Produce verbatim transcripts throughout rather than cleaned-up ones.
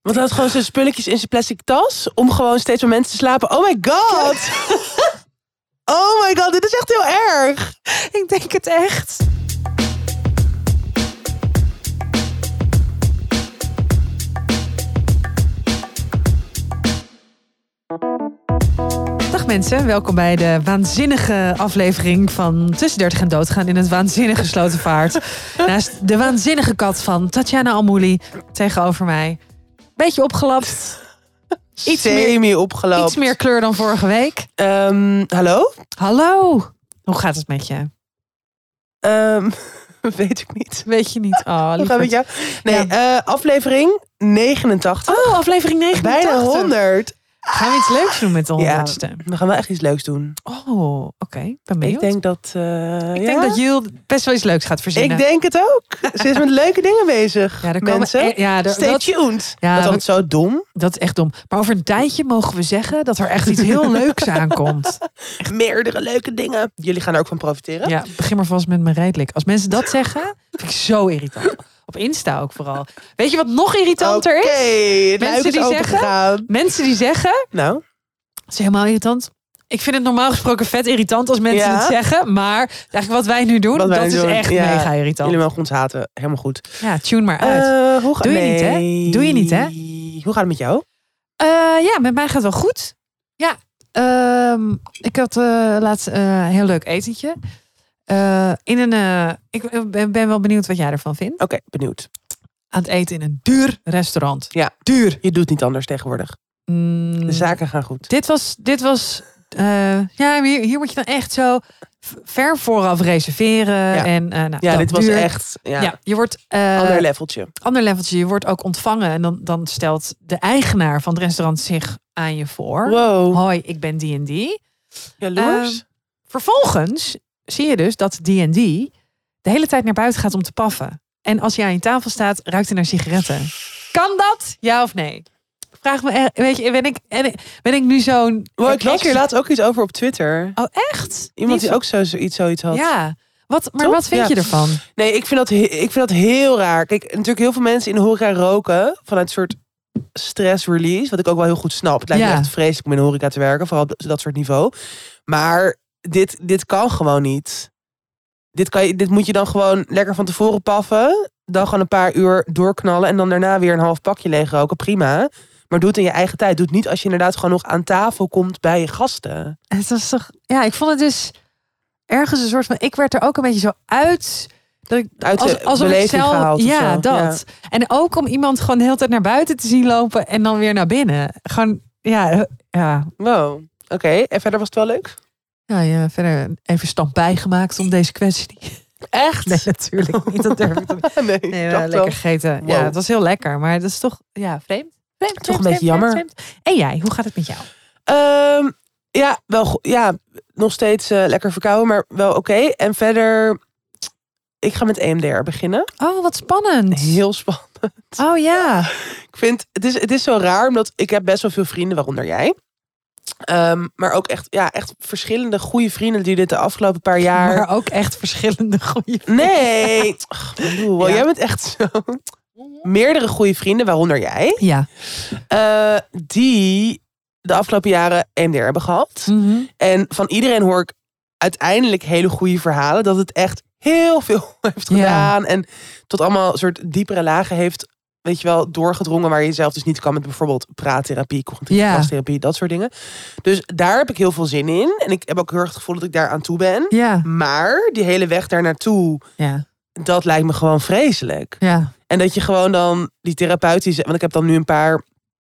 Want hij had gewoon zijn spulletjes in zijn plastic tas... om gewoon steeds met mensen te slapen. Oh my god! Oh my god, dit is echt heel erg. Ik denk het echt. Dag mensen, welkom bij de waanzinnige aflevering van Tussen dertig en Doodgaan in het waanzinnige Slotervaart. Naast de waanzinnige kat van Tatjana Almouli tegenover mij. Beetje opgelapt. Iets Semi meer, opgelapt. Iets meer kleur dan vorige week. Um, hallo? Hallo. Hoe gaat het met je? Um, weet ik niet. Weet je niet. Oh, Hoe gaat het met jou? Nee, ja. uh, aflevering negenentachtig. Oh, aflevering negenentachtig. Bijna honderd. Gaan we iets leuks doen met de honderdste? Ja, we gaan wel echt iets leuks doen. Oh, oké. Okay. Ben benieuwd. Ik denk dat... Uh, ik ja? denk dat Jill best wel iets leuks gaat verzinnen. Ik denk het ook. Ze is met leuke dingen bezig, ja, er mensen. Komen, ja, er, Stay dat, tuned. Ja, dat is zo dom. Dat is echt dom. Maar over een tijdje mogen we zeggen dat er echt iets heel leuks aankomt. Echt meerdere leuke dingen. Jullie gaan er ook van profiteren. Ja, begin maar vast met mijn rijtlik. Als mensen dat zeggen, vind ik zo irritant. Op Insta ook vooral. Weet je wat nog irritanter okay, is? Het mensen die zeggen, gegaan. Mensen die zeggen... Nou? Dat is helemaal irritant. Ik vind het normaal gesproken vet irritant als mensen ja. het zeggen. Maar eigenlijk wat wij nu doen, dat is doen. echt ja. mega irritant. Jullie mogen ons haten. Helemaal goed. Ja, tune maar uit. Uh, hoe ga... Doe je nee. niet, hè? Doe je niet, hè? Hoe gaat het met jou? Uh, ja, met mij gaat het wel goed. Ja, uh, ik had uh, laatst een uh, heel leuk etentje. Uh, in een, uh, ik ben, ben wel benieuwd wat jij ervan vindt. Oké, okay, benieuwd. Aan het eten in een duur restaurant. Ja, duur. Je doet niet anders tegenwoordig. Mm, de zaken gaan goed. Dit was, dit was uh, ja, hier, hier moet je dan echt zo ver vooraf reserveren. Ja, en, uh, nou, ja dit was duur. echt... Ja. Ja, je wordt... Uh, ander leveltje. Ander leveltje. Je wordt ook ontvangen. En dan, dan stelt de eigenaar van het restaurant zich aan je voor. Wow. Hoi, ik ben die en die. Jaloers. Uh, vervolgens zie je dus dat die en die de hele tijd naar buiten gaat om te paffen. En als hij aan je tafel staat, ruikt hij naar sigaretten. Kan dat? Ja of nee? Vraag me echt, weet je, ben ik, ben ik nu zo'n... Wow, ik las hier laatst ook iets over op Twitter. Oh, echt? Iemand die, die ook zo, zoiets, zoiets had. Ja, wat, maar Top? wat vind ja. je ervan? Nee, ik vind, dat, ik vind dat heel raar. Kijk, natuurlijk heel veel mensen in de horeca roken vanuit een soort stress release, wat ik ook wel heel goed snap. Het lijkt ja. me echt vreselijk om in de horeca te werken, vooral op dat soort niveau. Maar dit, dit kan gewoon niet. Dit, kan je, dit moet je dan gewoon lekker van tevoren paffen, dan gewoon een paar uur doorknallen en dan daarna weer een half pakje leeg roken. Prima. Maar doe het in je eigen tijd. Doe het niet als je inderdaad gewoon nog aan tafel komt bij je gasten. Het was toch... Ja, ik vond het dus ergens een soort van... Ik werd er ook een beetje zo uit... Dat ik, uit de als, als beleving zelf, gehaald. Ja, zo. dat. Ja. En ook om iemand gewoon de hele tijd naar buiten te zien lopen... en dan weer naar binnen. Gewoon, ja... ja. Wow. Oké, okay. En verder was het wel leuk? Ja, ja, verder even stampij gemaakt om deze kwestie. Echt? Nee, natuurlijk niet. Dat durf ik toch niet. Nee, nee, lekker wel. gegeten. Wow. Ja, het was heel lekker. Maar dat is toch ja, vreemd. Vreemd, toch vreemd, een beetje vreemd, jammer. Vreemd. En jij, hoe gaat het met jou? Um, ja, wel ja, nog steeds uh, lekker verkouden, maar wel oké. Okay. En verder, ik ga met E M D R beginnen. Oh, wat spannend. Heel spannend. Oh ja. Ik vind, het is, het is zo raar, omdat ik heb best wel veel vrienden, waaronder jij. Um, maar ook echt, ja, echt verschillende goede vrienden die dit de afgelopen paar jaar... Maar ook echt verschillende goede vrienden. Nee, Ach, bedoel, ja. Jij bent echt zo... Meerdere goede vrienden, waaronder jij. Ja. Uh, die de afgelopen jaren E M D R hebben gehad. Mm-hmm. En van iedereen hoor ik uiteindelijk hele goede verhalen. Dat het echt heel veel heeft gedaan. Ja. En tot allemaal soort diepere lagen heeft, weet je wel, doorgedrongen. Waar je zelf dus niet kan met bijvoorbeeld praattherapie, cognitieve gedragstherapie, dat soort dingen. Dus daar heb ik heel veel zin in. En ik heb ook heel erg het gevoel dat ik daar aan toe ben. Ja. Maar die hele weg daar naartoe, ja. dat lijkt me gewoon vreselijk. Ja. En dat je gewoon dan die therapeutische... Want ik heb dan nu een paar...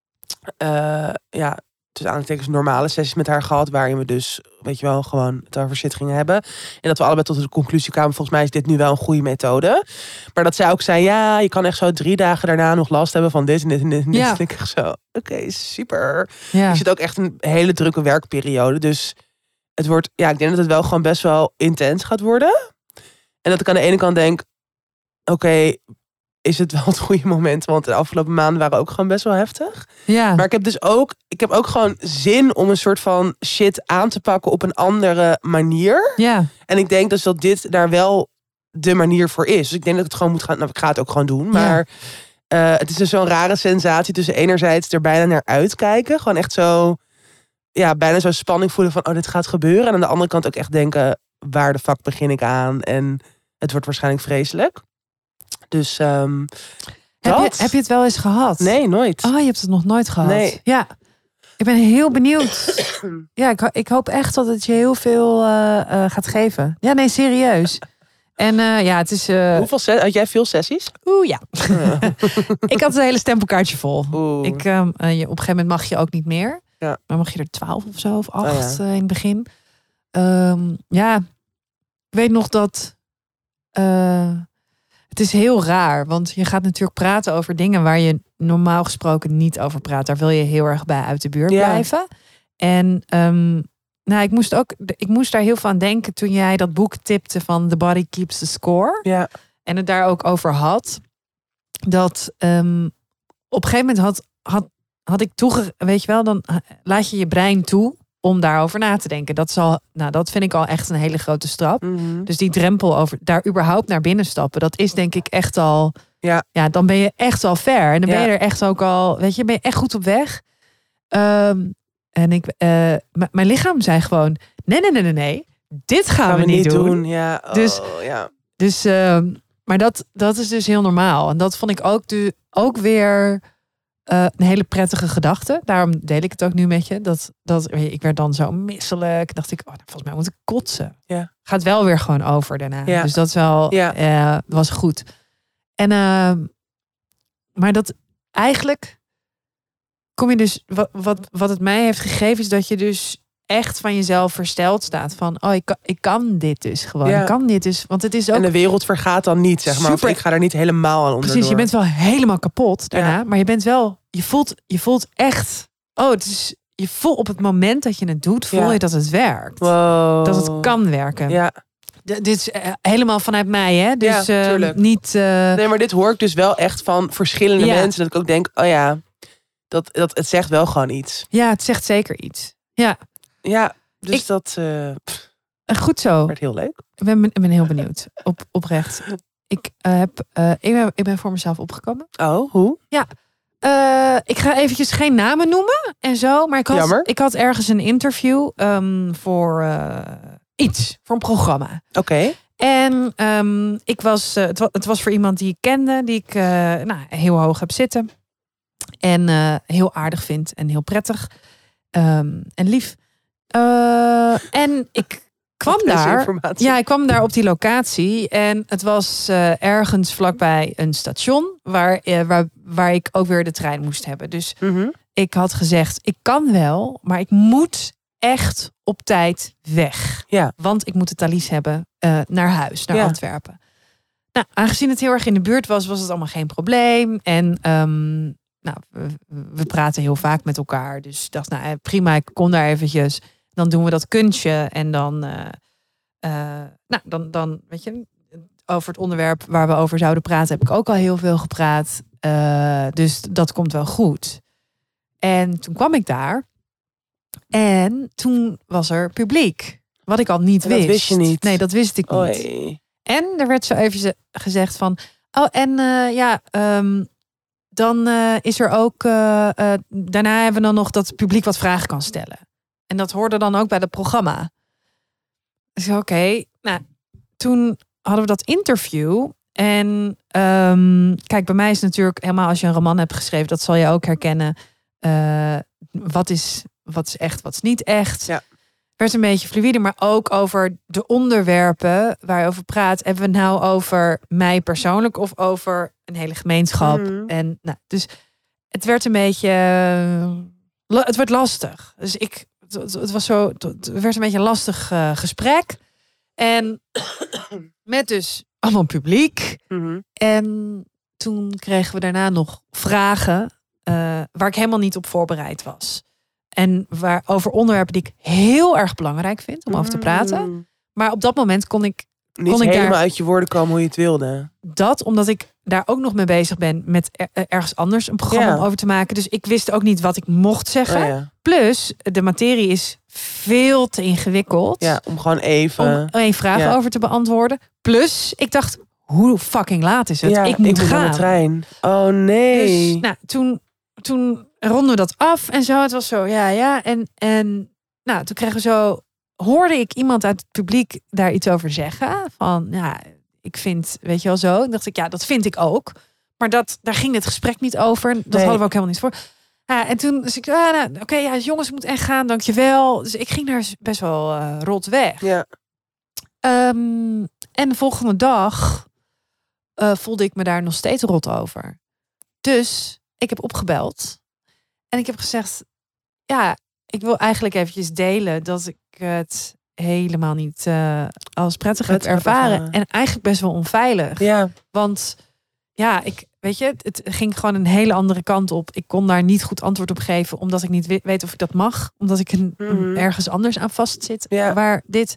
Uh, ja, tussen aanhalingstekens normale sessies met haar gehad. Waarin we dus, weet je wel, gewoon het over shit gingen hebben. En dat we allebei tot de conclusie kwamen. Volgens mij is dit nu wel een goede methode. Maar dat zij ook zei, ja, je kan echt zo drie dagen daarna nog last hebben van dit en dit en dit. En dit. Ja. En ik echt zo, oké, okay, super. Ja. Je zit ook echt een hele drukke werkperiode. Dus het wordt, ja, ik denk dat het wel gewoon best wel intens gaat worden. En dat ik aan de ene kant denk, oké, okay, is het wel het goede moment? Want de afgelopen maanden waren ook gewoon best wel heftig. Ja. Maar ik heb dus ook, ik heb ook gewoon zin om een soort van shit aan te pakken op een andere manier. Ja. En ik denk dus dat dit daar wel de manier voor is. Dus ik denk dat ik het gewoon moet gaan. Nou, ik ga het ook gewoon doen. Maar Uh, het is dus zo'n rare sensatie tussen enerzijds er bijna naar uitkijken. Gewoon echt zo, ja, bijna zo'n spanning voelen van, oh, dit gaat gebeuren. En aan de andere kant ook echt denken, waar de fuck begin ik aan? En het wordt waarschijnlijk vreselijk. Dus, um, heb, je, heb je het wel eens gehad? Nee, nooit. Oh, je hebt het nog nooit gehad? Nee. Ja, ik ben heel benieuwd. Ja, ik, ik hoop echt dat het je heel veel uh, uh, gaat geven. Ja, nee, serieus. En uh, ja, het is... Uh... Hoeveel ses- had jij veel sessies? Oeh, ja. Ik had een hele stempelkaartje vol. Oeh. Ik, um, uh, je, op een gegeven moment mag je ook niet meer. Ja. Maar mag je er twaalf of zo, of acht oh, ja. uh, in het begin. Um, ja, ik weet nog dat... Uh, het is heel raar, want je gaat natuurlijk praten over dingen waar je normaal gesproken niet over praat. Daar wil je heel erg bij uit de buurt ja. blijven. En um, nou, ik moest ook, ik moest daar heel veel aan denken toen jij dat boek tipte van The Body Keeps the Score. Ja. En het daar ook over had. Dat um, op een gegeven moment had, had, had ik toege, weet je wel, dan laat je je brein toe om daarover na te denken. Dat, zal, nou, dat vind ik al echt een hele grote stap. Mm-hmm. Dus die drempel over daar überhaupt naar binnen stappen, dat is denk ik echt al. Ja, ja dan ben je echt al ver. En dan ja. ben je er echt ook al, weet je, ben je echt goed op weg. Um, en ik, uh, m- mijn lichaam zei gewoon, nee, nee, nee, nee, nee. Dit gaan, gaan we, we niet doen. doen. Ja, oh, dus, ja. dus uh, maar dat, dat is dus heel normaal. En dat vond ik ook, de, ook weer uh, een hele prettige gedachte. Daarom deel ik het ook nu met je. Dat, dat, ik werd dan zo misselijk. Dacht ik, oh, volgens mij moet ik kotsen. Ja. Gaat wel weer gewoon over daarna. Ja. Dus dat is wel, ja. uh, was goed. En, uh, maar dat eigenlijk kom je dus, wat, wat, wat het mij heeft gegeven, is dat je dus echt van jezelf versteld staat. Van, oh, ik kan, ik kan dit dus gewoon. Ja. Ik kan dit dus, want het is ook... En de wereld vergaat dan niet, zeg maar. Super. Of ik ga er niet helemaal aan onderdoor. Precies, je bent wel helemaal kapot daarna. Ja. Maar je bent wel, je voelt, je voelt echt, oh, het is, je voelt op het moment dat je het doet, voel ja. je dat het werkt. Wow. Dat het kan werken. Ja. D- dit is uh, helemaal vanuit mij, hè? Dus ja, uh, niet... Uh... Nee, maar dit hoor ik dus wel echt van verschillende ja. mensen. Dat ik ook denk, oh ja, dat, dat, het zegt wel gewoon iets. Ja, het zegt zeker iets. Ja. Ja, dus ik, dat... Uh, goed zo. werd heel leuk. Ik ben, ik ben heel benieuwd. Op, oprecht. Ik, uh, heb, uh, ik, ben, ik ben voor mezelf opgekomen. Oh, hoe? Ja. Uh, ik ga eventjes geen namen noemen en zo. Maar ik had, Jammer. ik had ergens een interview um, voor uh, iets. Voor een programma. Oké. Okay. En um, ik was, uh, het, was, het was voor iemand die ik kende. Die ik uh, nou, heel hoog heb zitten. En uh, heel aardig vind. En heel prettig. Um, en lief. Uh, en ik kwam daar. Ja, ik kwam daar op die locatie. En het was uh, ergens vlakbij een station. Waar, uh, waar, waar ik ook weer de trein moest hebben. Dus mm-hmm. ik had gezegd, ik kan wel. Maar ik moet echt op tijd weg. Ja. Want ik moet de Thalys hebben uh, naar huis, naar ja. Antwerpen. Nou, aangezien het heel erg in de buurt was, was het allemaal geen probleem. En um, nou, we, we praten heel vaak met elkaar. Dus ik dacht, nou prima, ik kom daar eventjes. Dan doen we dat kunstje. En dan, uh, uh, nou, dan, dan, weet je, over het onderwerp waar we over zouden praten, heb ik ook al heel veel gepraat. Uh, dus dat komt wel goed. En toen kwam ik daar. En toen was er publiek. Wat ik al niet en wist. Dat wist je niet. Nee, dat wist ik niet. Oei. En er werd zo even gezegd van, oh, en uh, ja, um, dan uh, is er ook, uh, uh, daarna hebben we dan nog dat het publiek wat vragen kan stellen. En dat hoorde dan ook bij het programma. Dus oké, okay. Nou, toen hadden we dat interview. En um, kijk, bij mij is het natuurlijk helemaal als je een roman hebt geschreven, dat zal je ook herkennen. Uh, wat is, wat is echt, wat is niet echt. Ja. Werd een beetje fluïde, maar ook over de onderwerpen waar je over praat. Hebben we het nou over mij persoonlijk of over een hele gemeenschap? Mm. En nou, dus het werd een beetje, het werd lastig. Dus ik, het, het was zo, het werd een beetje een lastig uh, gesprek. En met dus allemaal publiek. Mm-hmm. En toen kregen we daarna nog vragen uh, waar ik helemaal niet op voorbereid was. En waar, over onderwerpen die ik heel erg belangrijk vind om over te praten. Maar op dat moment kon ik... Niet kon ik helemaal daar, uit je woorden komen hoe je het wilde. Dat, omdat ik daar ook nog mee bezig ben met er, ergens anders een programma ja. over te maken. Dus ik wist ook niet wat ik mocht zeggen. Oh ja. Plus, de materie is veel te ingewikkeld. Ja, om gewoon even... Om één vraag ja. over te beantwoorden. Plus, ik dacht, hoe fucking laat is het? Ja, ik moet ik gaan. Aan de trein. Oh nee. Dus nou, toen, toen ronden we dat af en zo. Het was zo, ja, ja. En, en nou, toen kregen we zo... Hoorde ik iemand uit het publiek daar iets over zeggen. Van, ja, ik vind, weet je wel zo. En dacht ik, ja, dat vind ik ook. Maar dat, daar ging het gesprek niet over. Dat nee. hadden we ook helemaal niet voor. Ja, en toen dus ik, ah, nou, oké, okay, ja, jongens, ik moet echt gaan, dankjewel. Dus ik ging daar best wel uh, rot weg. Ja. Um, en de volgende dag uh, voelde ik me daar nog steeds rot over. Dus ik heb opgebeld. En ik heb gezegd, ja, ik wil eigenlijk eventjes delen dat ik het helemaal niet uh, als prettig heb ervaren. Ervaren. En eigenlijk best wel onveilig. Ja. Want ja, ik weet je, het ging gewoon een hele andere kant op. Ik kon daar niet goed antwoord op geven, omdat ik niet weet of ik dat mag. Omdat ik een, mm-hmm. ergens anders aan vastzit. Ja. Waar dit...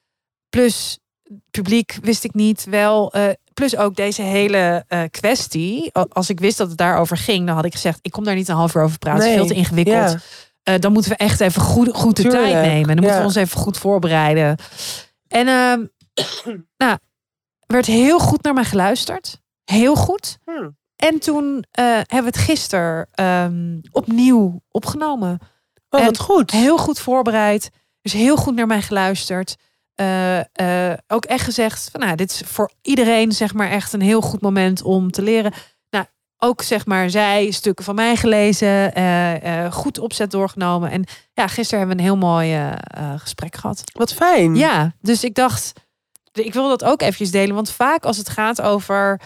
Plus, publiek wist ik niet wel. Uh, plus ook deze hele uh, kwestie. Als ik wist dat het daarover ging, dan had ik gezegd, ik kom daar niet een half uur over praten. Nee. Het is veel te ingewikkeld. Ja. Uh, dan moeten we echt even goed, goed de Tuurlijk. tijd nemen. Dan ja. moeten we ons even goed voorbereiden. En uh, nou, werd heel goed naar mij geluisterd. Heel goed. Hmm. En toen uh, hebben we het gisteren um, opnieuw opgenomen. Oh, wat goed. Heel goed voorbereid. Dus heel goed naar mij geluisterd. Uh, uh, ook echt gezegd van, nou, dit is voor iedereen zeg maar echt een heel goed moment om te leren. Nou, ook zeg maar zij stukken van mij gelezen, uh, uh, goed opzet doorgenomen. En ja, gisteren hebben we een heel mooi uh, uh, gesprek gehad. Wat fijn. Ja, dus ik dacht, ik wil dat ook eventjes delen. Want vaak als het gaat over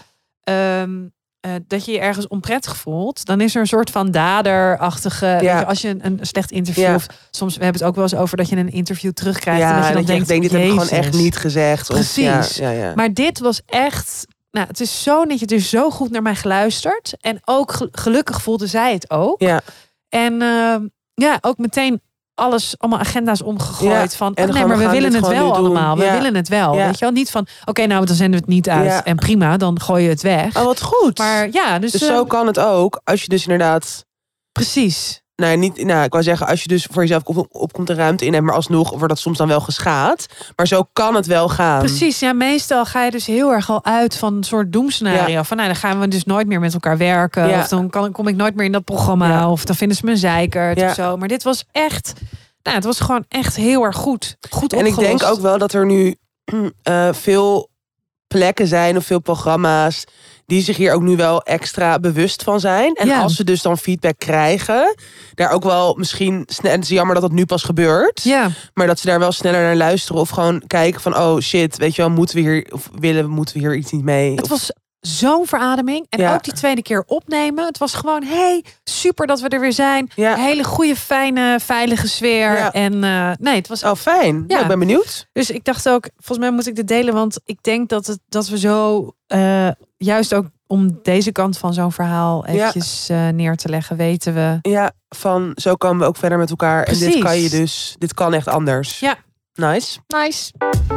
um, uh, dat je je ergens onprettig voelt, dan is er een soort van daderachtige. Ja. Weet je, als je een, een slecht interview, ja. of soms we hebben het ook wel eens over dat je een interview terugkrijgt. Ja, en dat je dan dat denkt, je denkt, dit heb ik gewoon echt niet gezegd. Precies. Of, ja, ja, ja. Maar dit was echt. Nou, het is zo netjes, het is zo goed naar mij geluisterd. En ook gelukkig voelde zij het ook. Ja. En uh, ja, ook meteen alles, allemaal agenda's omgegooid. Ja. Van, oh, nee, maar we, we willen het wel allemaal. We ja. willen het wel. Ja. Weet je wel? Niet van, oké, okay, nou, dan zenden we het niet uit. Ja. En prima, dan gooi je het weg. Oh, wat goed. Maar ja, dus, dus uh, zo kan het ook. Als je dus inderdaad... Precies. Nou, niet, nou, ik wou zeggen, als je dus voor jezelf op, opkomt de ruimte in hebt, maar alsnog wordt dat soms dan wel geschaad. Maar zo kan het wel gaan. Precies, ja, meestal ga je dus heel erg al uit van een soort doemscenario. Ja. Van, nou, dan gaan we dus nooit meer met elkaar werken. Ja. Of dan kan, kom ik nooit meer in dat programma. Ja. Of dan vinden ze me een zeikert ja. of zo. Maar dit was echt, nou, het was gewoon echt heel erg goed. Goed en opgelost. Ik denk ook wel dat er nu uh, veel plekken zijn of veel programma's die zich hier ook nu wel extra bewust van zijn. En ja. als ze dus dan feedback krijgen, daar ook wel misschien snel, het is jammer dat dat nu pas gebeurt, ja. maar dat ze daar wel sneller naar luisteren of gewoon kijken van, oh shit, weet je wel, moeten we hier, of willen, moeten we hier iets niet mee? Het of... was zo'n verademing. En ja. ook die tweede keer opnemen. Het was gewoon, hey, super dat we er weer zijn. Ja. Hele goede, fijne, veilige sfeer. Ja. En uh, nee, het was... Oh, fijn. Ja. Nou, ik ben benieuwd. Dus ik dacht ook, volgens mij moet ik dit delen, want ik denk dat, het, dat we zo, uh, juist ook om deze kant van zo'n verhaal eventjes ja. uh, neer te leggen, weten we. Ja, van zo komen we ook verder met elkaar. Precies. En dit kan je dus, dit kan echt anders. Ja. Nice. Nice.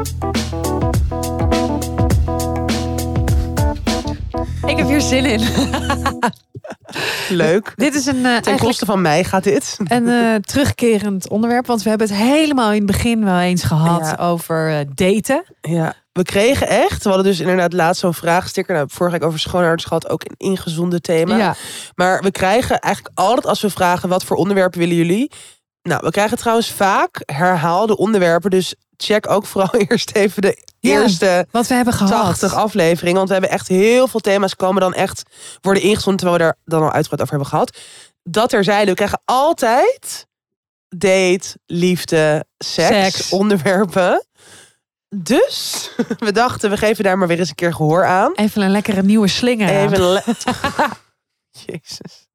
Ik heb hier zin in. Leuk. Dit is een uh, ten koste van mij gaat dit. Een uh, terugkerend onderwerp. Want we hebben het helemaal in het begin wel eens gehad ja. over uh, daten. Ja, we kregen echt. We hadden dus inderdaad laatst zo'n vraagsticker. Nou, vorige week over schoonouders gehad. Ook een ingezonden thema. Ja. Maar we krijgen eigenlijk altijd als we vragen, wat voor onderwerpen willen jullie? Nou, we krijgen trouwens vaak herhaalde onderwerpen. Dus check ook vooral eerst even de ja, eerste wat we hebben gehad. tachtig afleveringen. Want we hebben echt heel veel thema's komen dan echt worden ingezonden, terwijl we daar dan al uitgebreid over hebben gehad. Dat er zeiden, we krijgen altijd date, liefde, seks, seks. onderwerpen. Dus we dachten, we geven daar maar weer eens een keer gehoor aan. Even een lekkere nieuwe slinger aan. Even le- Jezus.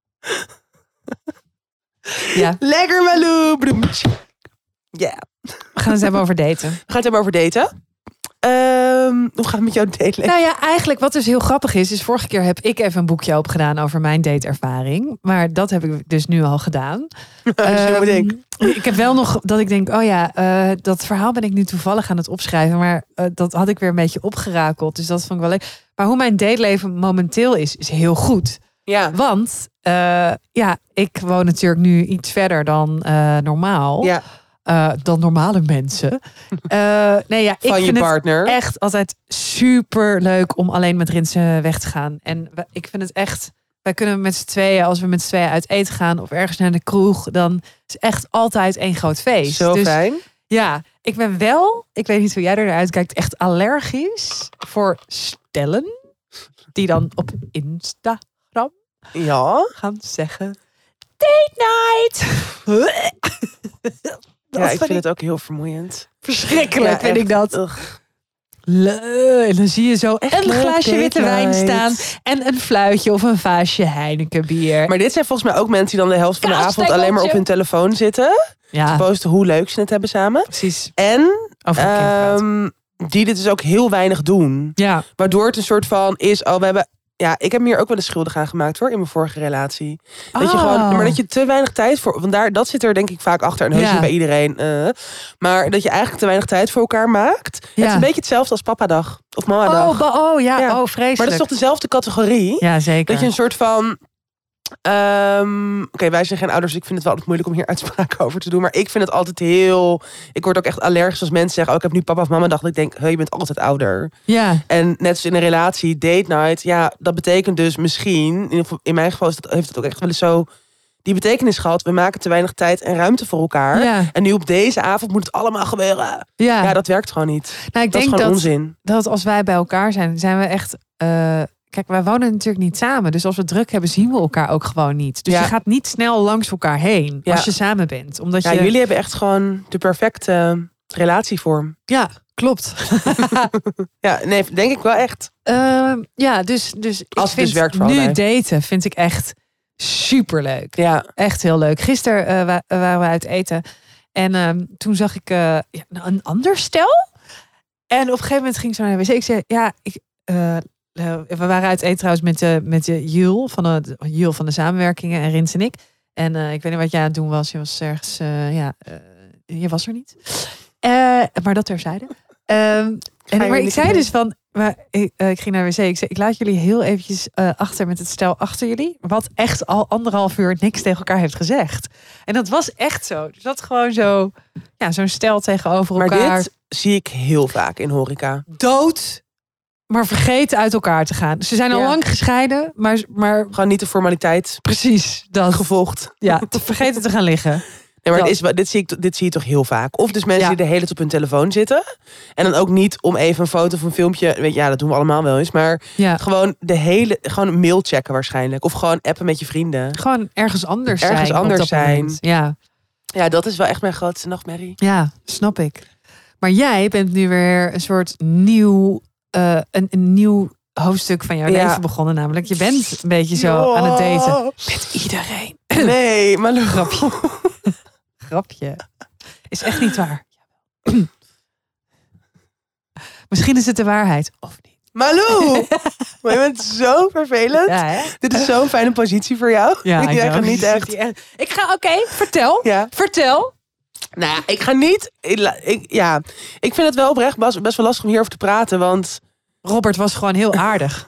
Ja. Lekker Malou. Ja. Yeah. We gaan het hebben over daten. We gaan het hebben over daten. Um, hoe gaat het met jouw date? Nou ja, eigenlijk wat dus heel grappig is, is vorige keer heb ik even een boekje opgedaan over mijn dateervaring. Maar dat heb ik dus nu al gedaan. um, ik heb wel nog dat ik denk, oh ja, uh, dat verhaal ben ik nu toevallig aan het opschrijven. Maar uh, dat had ik weer een beetje opgerakeld. Dus dat vond ik wel leuk. Maar hoe mijn dateleven momenteel is, is heel goed. Ja. Want uh, ja, ik woon natuurlijk nu iets verder dan uh, normaal. Ja. uh, dan normale mensen. Uh, nee, ja, ik Van je vind partner. Het echt altijd super leuk om alleen met Rinse weg te gaan. En we, ik vind het echt... Wij kunnen met z'n tweeën, als we met z'n tweeën uit eten gaan of ergens naar de kroeg, dan is echt altijd één groot feest. Zo dus, fijn. Ja, ik ben wel, ik weet niet hoe jij er naar uitkijkt, echt allergisch voor stellen die dan op Instagram Ja. gaan zeggen date night. Ja, ik vind het ook heel vermoeiend. Verschrikkelijk Ja, vind ik dat. Ugh. Le- en dan zie je zo echt een leuk, glaasje witte date wijn night. staan en een fluitje of een vaasje Heineken bier. Maar dit zijn volgens mij ook mensen die dan de helft van de avond Kaasstengeltje. alleen maar op hun telefoon zitten. Ja, Posten hoe leuk ze het hebben samen. precies. En Over de kindpraat. um, die dit dus ook heel weinig doen. Ja, Waardoor het een soort van is, oh, we hebben... Ja, ik heb me hier ook wel eens schuldig aan gemaakt hoor, in mijn vorige relatie. Dat je Oh. gewoon, maar dat je te weinig tijd voor... Want daar, dat zit er denk ik vaak achter. En heus Ja. niet bij iedereen. Uh, maar dat je eigenlijk te weinig tijd voor elkaar maakt. Ja. Het is een beetje hetzelfde als papadag. Of mamadag. Oh, ba- oh ja, Ja. oh vreselijk. Maar dat is toch dezelfde categorie? Ja, zeker. Dat je een soort van... Um, Oké, okay, wij zijn geen ouders, dus ik vind het wel altijd moeilijk om hier uitspraken over te doen. Maar ik vind het altijd heel... Ik word ook echt allergisch als mensen zeggen... Oh, ik heb nu papa of mama dag. Dat ik denk, hey, je bent altijd ouder. Ja, En net als in een relatie, date night... Ja, dat betekent dus misschien... In, ieder geval, in mijn geval is dat, heeft het ook echt wel eens zo... Die betekenis gehad. We maken te weinig tijd en ruimte voor elkaar. ja, En nu op deze avond moet het allemaal gebeuren. ja. Ja, dat werkt gewoon niet. nou, ik Dat is denk gewoon dat, onzin. dat als wij bij elkaar zijn, zijn we echt... Uh, kijk, wij wonen natuurlijk niet samen. Dus als we druk hebben, zien we elkaar ook gewoon niet. Dus Ja. je gaat niet snel langs elkaar heen Ja. als je samen bent. Omdat Ja, je... jullie hebben echt gewoon de perfecte relatievorm. Ja, klopt. Ja, nee, denk ik wel echt. Uh, ja, dus, dus ik Als het vind dus werkt voor nu allebei. daten vind ik echt superleuk. Ja. Echt heel leuk. Gisteren uh, wa- waren we uit eten. En um, toen zag ik uh, ja, een ander stel. En op een gegeven moment ging ik zo naar de wc. Ik zei, ja, ik, uh, uh, we waren uit eten trouwens met, uh, met uh, Jul, van de, Jul van de samenwerkingen en Rins en ik. En uh, ik weet niet wat jij aan het doen was. Je was ergens, uh, ja, uh, je was er niet. Uh, maar dat terzijde. Um, en, maar ik zei dus van, maar ik, uh, ik ging naar de wc. Ik zei, ik laat jullie heel eventjes uh, achter met het stel achter jullie. Wat echt al anderhalf uur niks tegen elkaar heeft gezegd. En dat was echt zo. Dus dat gewoon zo, ja, zo'n stel tegenover Maar elkaar. dit zie ik heel vaak in horeca. Dood, maar vergeten uit elkaar te gaan. Ze zijn al Ja. lang gescheiden, maar, maar Gewoon niet de formaliteit precies dat. gevolgd. Ja, te vergeten te gaan liggen. Nee, maar Dat. dit, is, wel- dit, zie ik, dit zie je toch heel vaak. Of dus mensen Ja. die de hele tijd op hun telefoon zitten. En dan ook niet om even een foto of een filmpje. Weet je, ja, dat doen we allemaal wel eens. Maar Ja. gewoon de hele, gewoon een mail checken waarschijnlijk. Of gewoon appen met je vrienden. Gewoon ergens anders Ergens zijn. op anders dat zijn. moment. Ja. Ja, dat is wel echt mijn grootste nachtmerrie. Ja, snap ik. Maar jij bent nu weer een soort nieuw, uh, een, een nieuw hoofdstuk van jouw Ja. leven begonnen. Namelijk, je bent een beetje zo Ja. aan het daten. Met iedereen. Nee, maar Grapje. Grapje. Is echt niet waar. Misschien is het de waarheid. Of niet. Malou! Maar je bent zo vervelend. Ja, hè? Dit is zo'n fijne positie voor jou. Ja, ik I ga know. niet echt. Ik ga, oké, vertel. Ja. Vertel. Nou ja, ik ga niet. Ik, la- ik, ja, ik vind het wel oprecht best, best wel lastig om hierover te praten. Want Robert was gewoon heel aardig.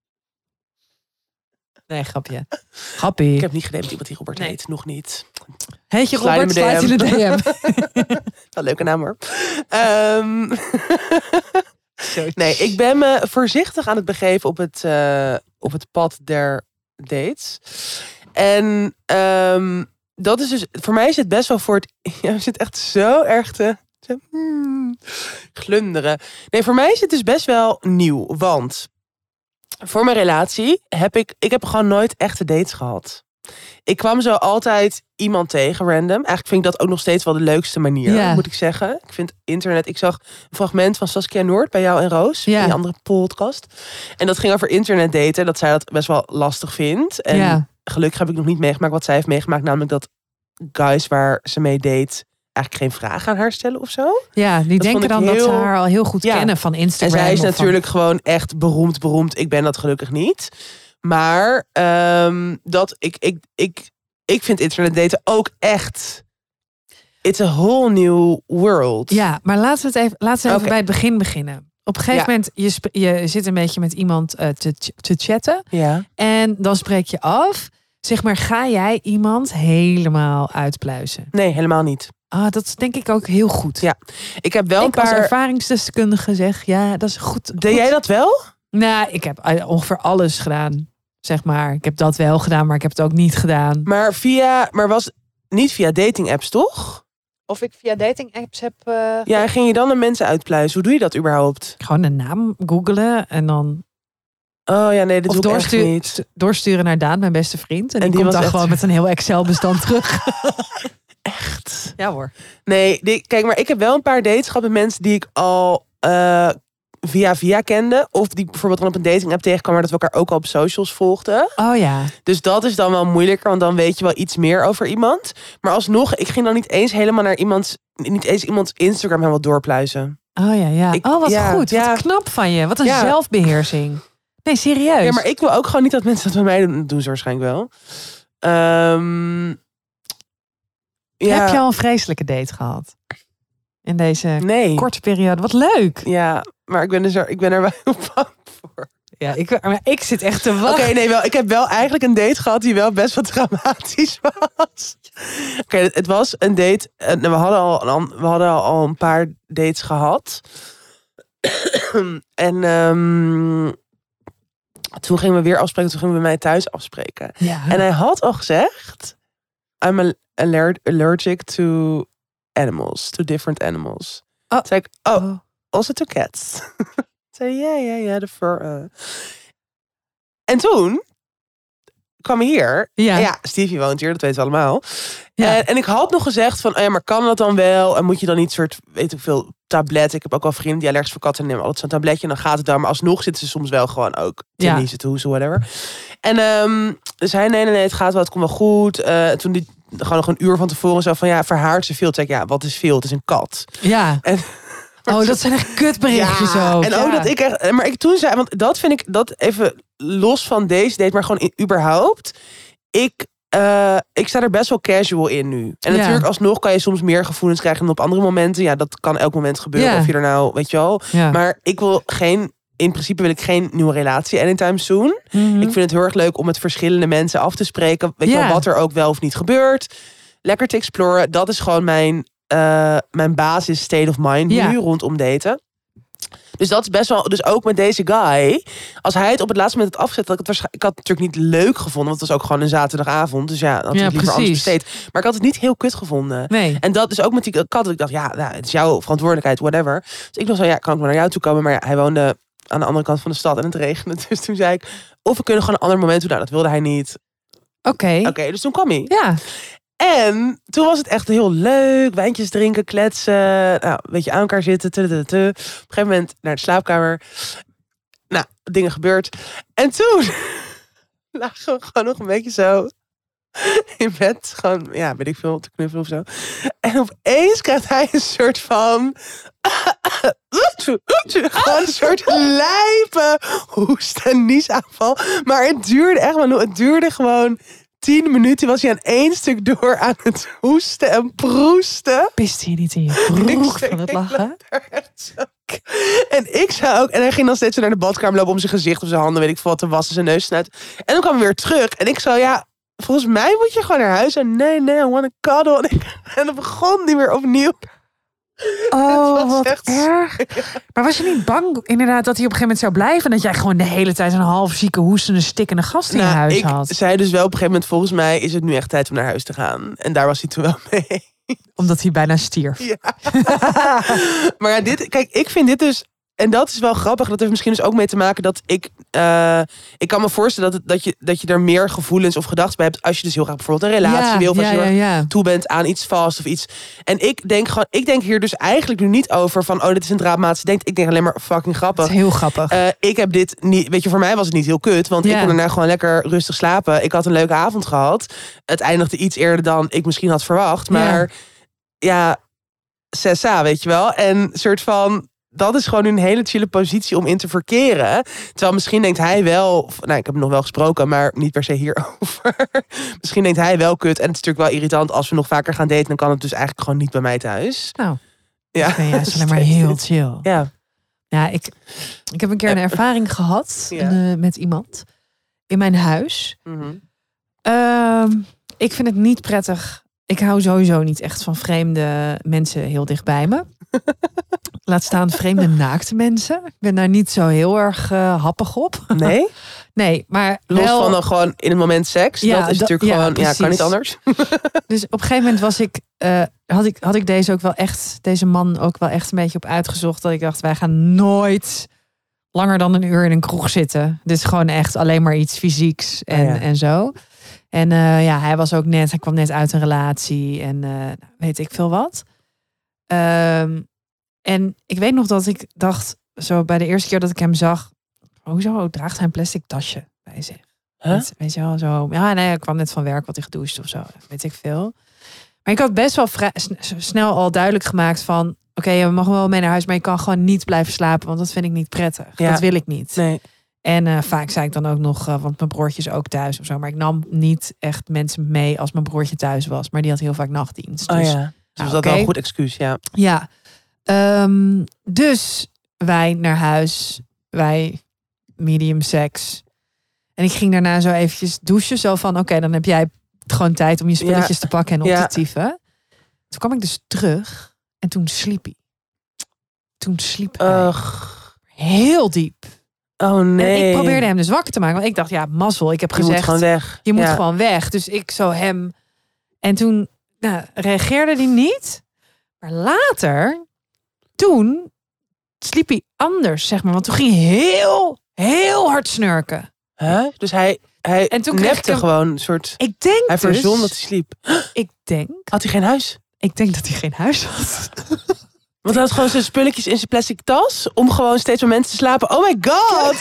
Nee, grapje. Grappie. ik heb niet gedate met iemand die Robert Nee. heet. Nog niet. Heet je Slide Robert? in mijn Sluit in de D M. D M. Wel een leuke naam hoor. Ehm, nee, ik ben me voorzichtig aan het begeven op het, uh, op het pad der dates. En um, dat is dus, voor mij is het best wel voor het, ja, we zitten echt zo erg te, te hmm, glunderen. Nee, voor mij is het dus best wel nieuw, want voor mijn relatie heb ik, ik heb gewoon nooit echte dates gehad. Ik kwam zo altijd iemand tegen, random. Eigenlijk vind ik dat ook nog steeds wel de leukste manier, Ja. moet ik zeggen. Ik vind internet... Ik zag een fragment van Saskia Noord bij jou en Roos. Ja. In die andere podcast. En dat ging over internet daten. Dat zij dat best wel lastig vindt. En Ja. gelukkig heb ik nog niet meegemaakt wat zij heeft meegemaakt. Namelijk dat guys waar ze mee date eigenlijk geen vragen aan haar stellen of zo. Ja, die Dat vond denken ik dan dat ze heel- haar al heel goed Ja. kennen van En Instagram. zij is of van- natuurlijk gewoon echt beroemd, beroemd. Ik ben dat gelukkig niet. Maar um, dat ik, ik, ik, ik vind internet daten ook echt... It's a whole new world. Ja, maar laten we het even, laten we even Oké. bij het begin beginnen. Op een gegeven Ja. moment, je, sp- je zit een beetje met iemand uh, te, ch- te chatten. Ja. En dan spreek je af. Zeg maar, ga jij iemand helemaal uitpluizen? Nee, helemaal niet. Ah, dat is denk ik ook heel goed. Ja, ik heb wel ik een paar... als ervaringsdeskundige zeg, ja, dat is goed. Deed goed. jij dat wel? Nou, ik heb ongeveer alles gedaan, zeg maar. Ik heb dat wel gedaan, maar ik heb het ook niet gedaan. Maar via, maar was niet via dating apps, toch? Of ik via dating apps heb... Uh... Ja, en ging je dan naar mensen uitpluizen? Hoe doe je dat überhaupt? Gewoon een naam googlen en dan... Oh ja, nee, dat of doe ik echt niet. Doorsturen naar Daan, mijn beste vriend. En, en die, die komt dan echt... gewoon met een heel Excel-bestand terug. Echt? Ja hoor. Nee, die, kijk, maar ik heb wel een paar dates gehad met mensen die ik al uh, via via kende. Of die bijvoorbeeld dan op een dating app tegenkwam, maar dat we elkaar ook al op socials volgden. Oh ja. Dus dat is dan wel moeilijker, want dan weet je wel iets meer over iemand. Maar alsnog, ik ging dan niet eens helemaal naar iemands, niet eens iemands Instagram helemaal doorpluizen. Oh ja, ja. Ik, oh, wat ja, goed. Wat ja. knap van je. Wat een ja. zelfbeheersing. Nee, serieus. Ja, maar ik wil ook gewoon niet dat mensen dat bij mij doen. Dat doen ze waarschijnlijk wel. Um, ja. Heb je al een vreselijke date gehad? In deze nee. korte periode. Wat leuk. Ja, maar ik ben er, zo, ik ben er wel heel bang voor. Ja, ik, maar ik zit echt te wachten. Oké, okay, nee, wel. Ik heb wel eigenlijk een date gehad die wel best wel dramatisch was. Oké, okay, het, het was een date. En we hadden al, we hadden al een paar dates gehad. en um, toen gingen we weer afspreken. Toen gingen we bij mij thuis afspreken. Ja. En hij had al gezegd: I'm allergic to animals, to different animals. Oh. Toen zei ik, oh, oh. also to cats. zei ja, ja, ja, de fur. Uh. En toen kwam hij hier. Ja. En ja, Stevie woont hier, dat weten we allemaal. Ja. En, en ik had nog gezegd van, oh ja, maar kan dat dan wel? En moet je dan niet soort, weet ik veel, tablet. Ik heb ook al vrienden die allergisch voor katten nemen altijd zo'n tabletje. En dan gaat het dan. Maar alsnog zitten ze soms wel gewoon ook te ja. niezen, te hoesten, whatever. En um, dus hij, nee, nee, nee, het gaat wel, het komt wel goed. Uh, toen die gewoon nog een uur van tevoren zo van, ja, verhaart ze veel. Toen zei ik, ja, wat is veel? Het is een kat. Ja. En, oh, dat zijn echt kutberichtjes ja, ook. En ja. ook dat ik echt, maar ik toen zei, want dat vind ik, dat even los van deze date, maar gewoon in, überhaupt. Ik, uh, ik sta er best wel casual in nu. En ja. natuurlijk alsnog kan je soms meer gevoelens krijgen dan op andere momenten. Ja, dat kan elk moment gebeuren. Ja. Of je er nou, weet je wel. Ja. Maar ik wil geen, in principe wil ik geen nieuwe relatie anytime soon. Mm-hmm. Ik vind het heel erg leuk om met verschillende mensen af te spreken. Weet je ja. wel, wat er ook wel of niet gebeurt. Lekker te exploren. Dat is gewoon mijn, uh, mijn basis state of mind ja. nu rondom daten. Dus dat is best wel, dus ook met deze guy, als hij het op het laatste moment had afgezet, dat ik het waarschijnlijk, ik had het natuurlijk niet leuk gevonden, want het was ook gewoon een zaterdagavond, dus ja, dat had ik ja, liever precies. anders besteed. Maar ik had het niet heel kut gevonden. Nee. En dat is ook met die kat, dat ik dacht, ja, nou, het is jouw verantwoordelijkheid, whatever. Dus ik dacht zo, ja, kan ik maar naar jou toe komen? Maar ja, hij woonde aan de andere kant van de stad en het regende. Dus toen zei ik, of we kunnen gewoon een ander moment doen. Nou, dat wilde hij niet. Oké. Oké, okay, dus toen kwam hij. Ja. En toen was het echt heel leuk. Wijntjes drinken, kletsen. Nou, een beetje aan elkaar zitten. Te, te, te. Op een gegeven moment naar de slaapkamer. Nou, dingen gebeurd. En toen lagen we gewoon nog een beetje zo in bed. Gewoon, ja, weet ik veel, te knuffelen of zo. En opeens krijgt hij een soort van gewoon een soort lijpe hoest- en niesaanval. Maar het duurde echt maar het duurde gewoon tien minuten. Was hij aan één stuk door aan het hoesten en proesten. Piste je niet in je broek van het lachen? En ik zou ook, en hij ging dan steeds zo naar de badkamer lopen om zijn gezicht of zijn handen, weet ik veel wat, te wassen, zijn neus snuit. En dan kwam hij weer terug. En ik zo, ja, volgens mij moet je gewoon naar huis. En nee, nee, I want to cuddle. En, ik, en dan begon hij weer opnieuw. Oh, wat erg. Maar was je niet bang inderdaad dat hij op een gegeven moment zou blijven? En dat jij gewoon de hele tijd een half zieke, hoestende, stikkende gast in nou, je huis ik had? Ik zei dus wel op een gegeven moment, volgens mij is het nu echt tijd om naar huis te gaan. En daar was hij toen wel mee. Omdat hij bijna stierf. Ja. Maar ja, dit, kijk, ik vind dit dus, en dat is wel grappig, dat heeft misschien dus ook mee te maken dat ik, uh, ik kan me voorstellen dat, het, dat, je, dat je er meer gevoelens of gedachten bij hebt als je dus heel graag bijvoorbeeld een relatie ja, wil, of als ja, je ja, ja. toe bent aan iets vast of iets. En ik denk gewoon, ik denk hier dus eigenlijk nu niet over van, oh, dit is een dramatische denk. Ik denk alleen maar fucking grappig. Dat is heel grappig. Uh, ik heb dit niet, weet je, voor mij was het niet heel kut, want ja. ik kon daarna gewoon lekker rustig slapen. Ik had een leuke avond gehad. Het eindigde iets eerder dan ik misschien had verwacht, maar ja, ja sessa, weet je wel. En soort van, dat is gewoon een hele chille positie om in te verkeren. Terwijl misschien denkt hij wel, nou, ik heb hem nog wel gesproken, maar niet per se hierover. Misschien denkt hij wel kut. En het is natuurlijk wel irritant als we nog vaker gaan daten, dan kan het dus eigenlijk gewoon niet bij mij thuis. Nou, ja, ik ben juist alleen maar heel chill. Ja, ja ik, ik heb een keer een ervaring gehad ja. uh, met iemand in mijn huis. Mm-hmm. Uh, ik vind het niet prettig. ik hou sowieso niet echt van vreemde mensen heel dicht bij me. Laat staan vreemde naakte mensen. Ik ben daar niet zo heel erg uh, happig op. Nee? Nee, maar Los wel... van dan gewoon in het moment seks. Ja, dat is dat, natuurlijk ja, gewoon... precies. Ja, kan niet anders. Dus op een gegeven moment was ik, uh, had ik... Had ik deze ook wel echt... Deze man ook wel echt een beetje op uitgezocht. Dat ik dacht, wij gaan nooit langer dan een uur in een kroeg zitten. Dit is gewoon echt alleen maar iets fysieks en, oh ja. en zo. En uh, ja, hij was ook net... Hij kwam net uit een relatie. En uh, weet ik veel wat. Um, en ik weet nog dat ik dacht... Zo bij de eerste keer dat ik hem zag... Hoezo draagt hij een plastic tasje bij zich? Huh? Weet, weet je wel, zo... Ja, nee, ik kwam net van werk, wat hij gedoucht of zo. Weet ik veel. Maar ik had best wel vrij, snel al duidelijk gemaakt van... Oké, okay, je mag wel mee naar huis, maar je kan gewoon niet blijven slapen. Want dat vind ik niet prettig. Ja. Dat wil ik niet. Nee. En uh, vaak zei ik dan ook nog... Uh, want mijn broertje is ook thuis of zo. Maar ik nam niet echt mensen mee als mijn broertje thuis was. Maar die had heel vaak nachtdienst. Dus, oh ja. Dus nou, dat okay. wel een goed excuus, ja. Ja. Um, dus wij naar huis. Wij medium seks. En ik ging daarna zo eventjes douchen. Zo van, oké, okay, dan heb jij gewoon tijd om je spulletjes ja. te pakken en op ja. te tieven. Toen kwam ik dus terug. En toen sliep hij. Toen sliep hij. Ugh. Heel diep. Oh nee. En ik probeerde hem dus wakker te maken. Want ik dacht, ja, mazzel. Ik heb je gezegd, moet gewoon weg. Je moet ja. gewoon weg. Dus ik zo hem... En toen nou, reageerde hij niet. Maar later, toen sliep hij anders, zeg maar. Want toen ging hij heel, heel hard snurken. Huh? Dus hij, hij en toen nepte hem, gewoon een soort... Ik denk hij dus... verzon dat hij sliep. Ik denk... Had hij geen huis? Ik denk dat hij geen huis had. Want hij had gewoon zijn spulletjes in zijn plastic tas... om gewoon steeds met mensen te slapen. Oh my god!